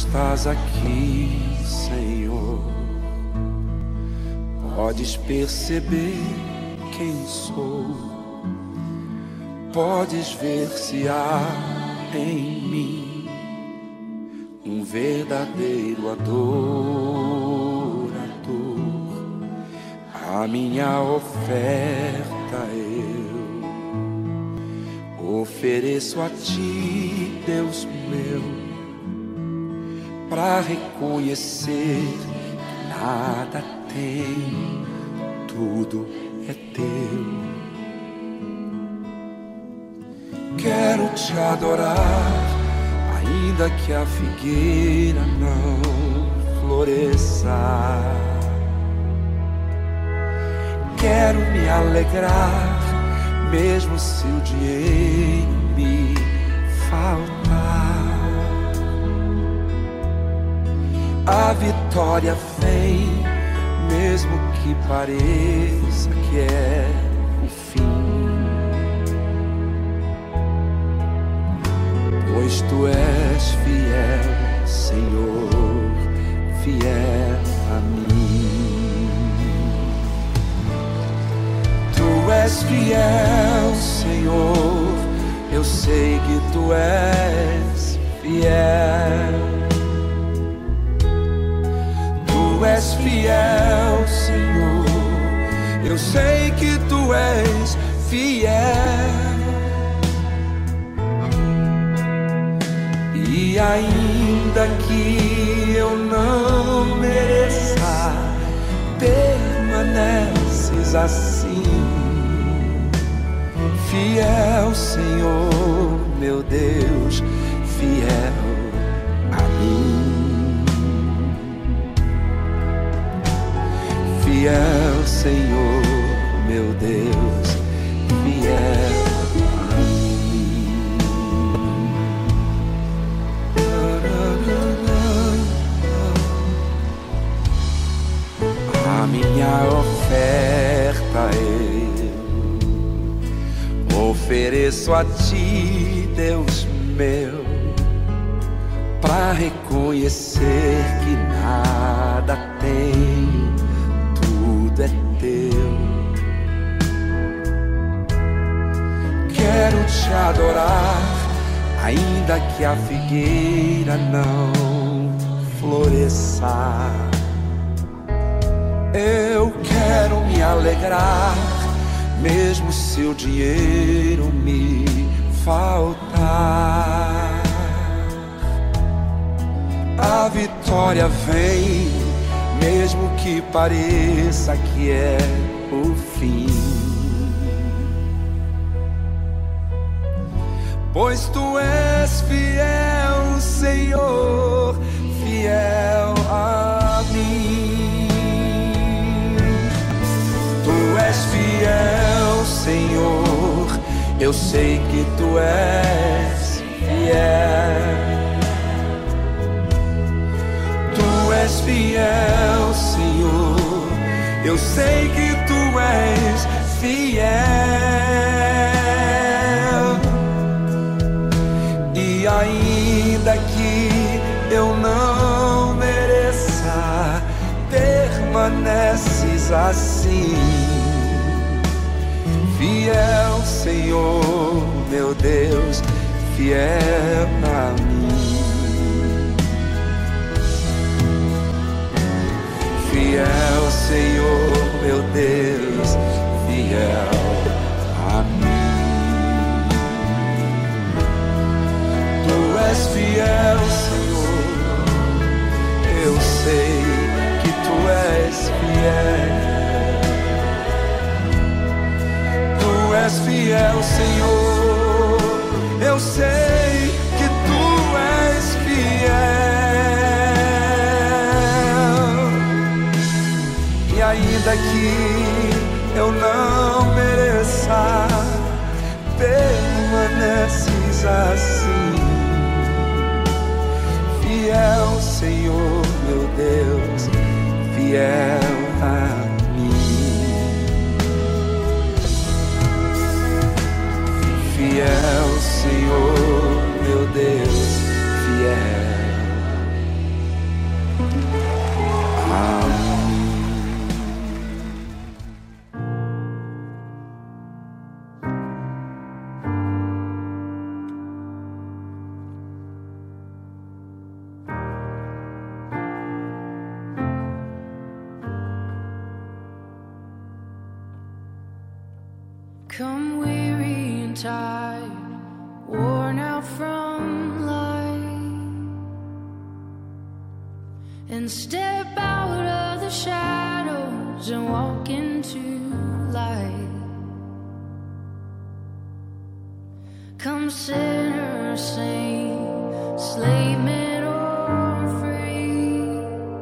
Speaker 12: estás aqui, Senhor. Podes perceber quem sou, podes ver se há em mim um verdadeiro adorador. A minha oferta eu ofereço a ti, Deus meu, para reconhecer que nada tem, tudo é teu. Quero te adorar, ainda que a figueira não floresça. Quero me alegrar, mesmo se o dinheiro me faltar. A vitória vem, mesmo que pareça que é o fim. Pois tu és fiel, Senhor, fiel a mim. Tu és fiel, Senhor, eu sei que tu és fiel. Tu és fiel, Senhor, eu sei que tu és fiel. E ainda que eu não mereça, permaneces assim. Fiel, Senhor, meu Deus, fiel a mim. Fiel, Senhor, meu Deus, fiel a mim. A minha oferta eu ofereço a ti, Deus meu, pra reconhecer que nada tem, tudo é teu. Quero te adorar, ainda que a figueira não floresça. Eu quero me alegrar, mesmo se o dinheiro me faltar. A vitória vem, mesmo que pareça que é o fim. Pois tu és fiel, Senhor, fiel a mim. Tu és fiel, Senhor, eu sei que tu és fiel. Tu és fiel, Senhor, eu sei que tu és fiel. E ainda que eu não mereça, permaneces assim. Fiel, Senhor, meu Deus, fiel a mim. Fiel, Senhor, meu Deus, fiel a mim. Tu és fiel, Senhor, eu sei que tu és fiel. Tu és fiel, Senhor, eu sei que tu és fiel. E ainda que eu não mereça, permaneces assim. Fiel, Senhor, meu Deus, fiel a mim. Fiel, Senhor, meu Deus, fiel
Speaker 10: Come weary and tired, worn out from life, and step out of the shadows and walk into light. Come sinner, saint, slave man or free,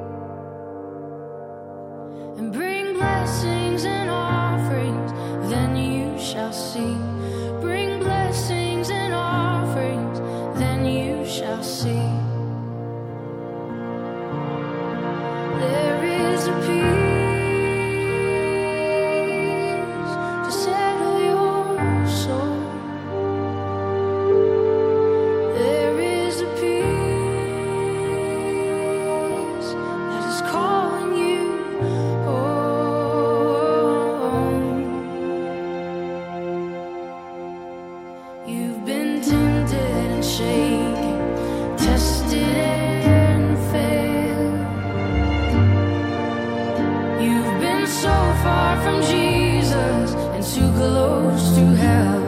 Speaker 10: and bring blessings and offerings, then you shall see. Bring blessings and offerings, then you shall see. There is a peace to settle your soul. There is a peace that is calling you home. You've been tempted and shaken, tested and failed. You've been so far from Jesus and too close to hell.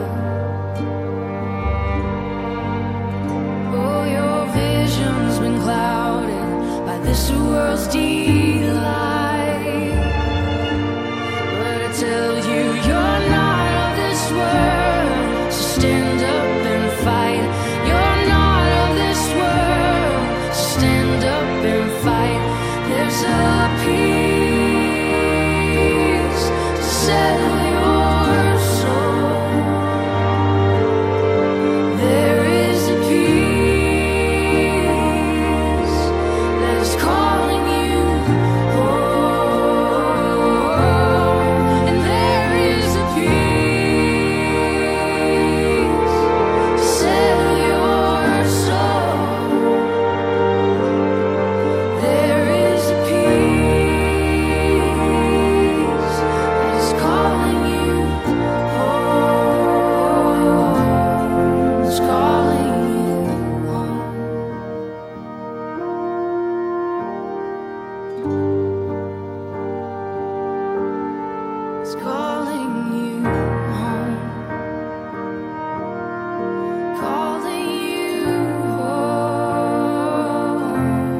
Speaker 10: Oh, your vision's been clouded by this world's delight. But I tell you, you're not of this world, so stand up and fight. You're not of this world, so stand up and fight. There's a peace to settle your soul. There is a peace that is calling you home. And there is a peace to settle your soul. There is a peace that is calling you home. It's calling you home. It's calling you home. Calling you home.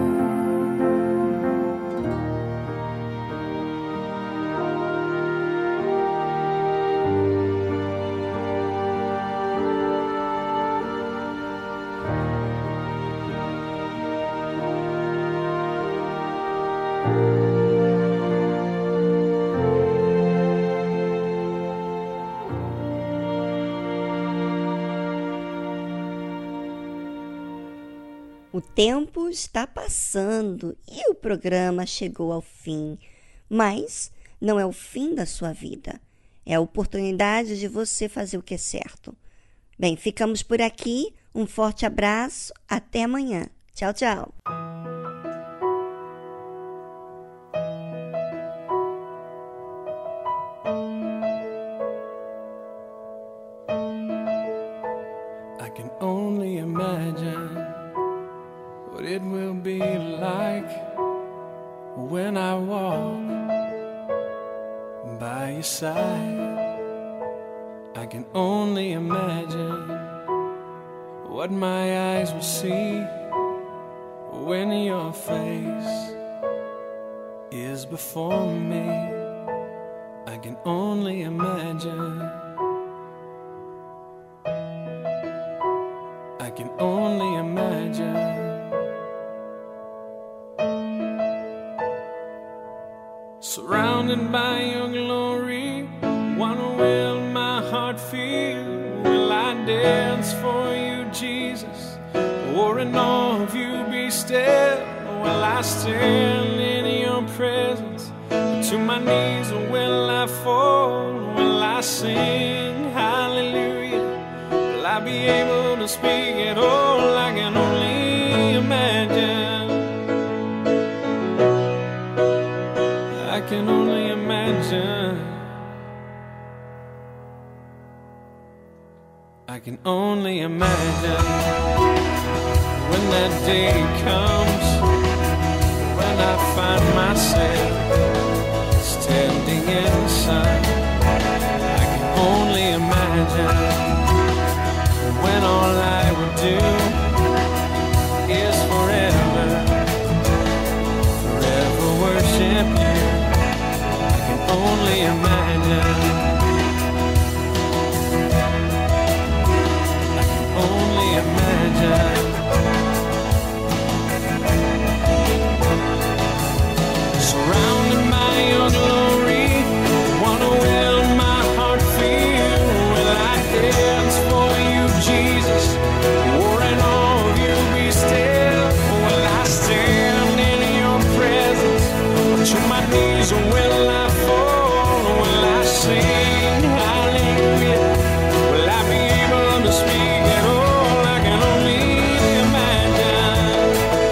Speaker 3: O tempo está passando e o programa chegou ao fim, mas não é o fim da sua vida, é a oportunidade de você fazer o que é certo. Bem, ficamos por aqui, um forte abraço, até amanhã. Tchau, tchau.
Speaker 7: I can only imagine what it will be like when I walk by your side. I can only imagine what my eyes will see when your face is before me. I can only imagine. I can only imagine. Surrounded by your glory, what will my heart feel? Will I dance for you, Jesus? Or in awe of you be still? Will I stand in your presence? To my knees or will I fall? Will I sing hallelujah? Will I be able to speak at all? I can only imagine. I can only imagine. I can only imagine when that day comes, when I find myself standing inside. I can only imagine. imagine when all I would do is forever, forever worship you. I can only imagine, I can only imagine. Surrounded by your glory, wanna will my heart feel. Will I dance for you, Jesus? Or in all of you be still? Will I stand in your presence? To my knees, or will I fall? Will I sing hallelujah? Will I be able to speak at all? I can only imagine.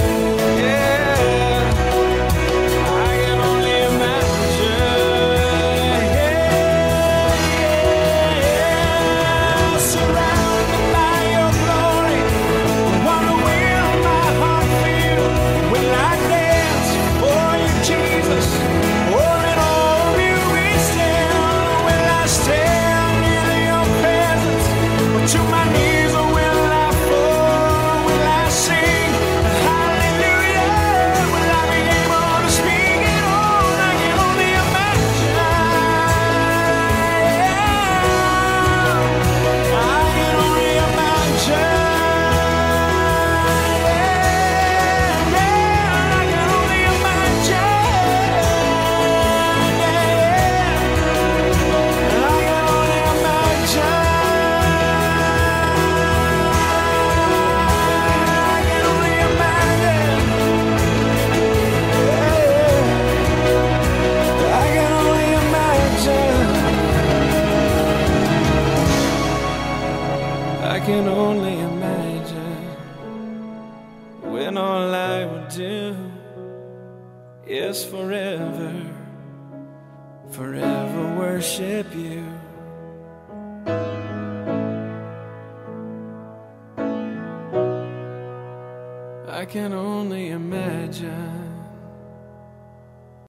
Speaker 7: Yeah, I can only imagine. Yeah, yeah. Surrounded by your glory, wanna will my heart feel. Will I dance for you, Jesus? Or in all of you be still? Will I stand in your presence? Or to my knees, or will I fall? Will I sing hallelujah? Will I be able to speak at all? I can only imagine. I can only imagine. I can only imagine. I can only imagine. I can only imagine. I can only imagine. I can only imagine when all I would do is forever, forever worship you. I can only imagine.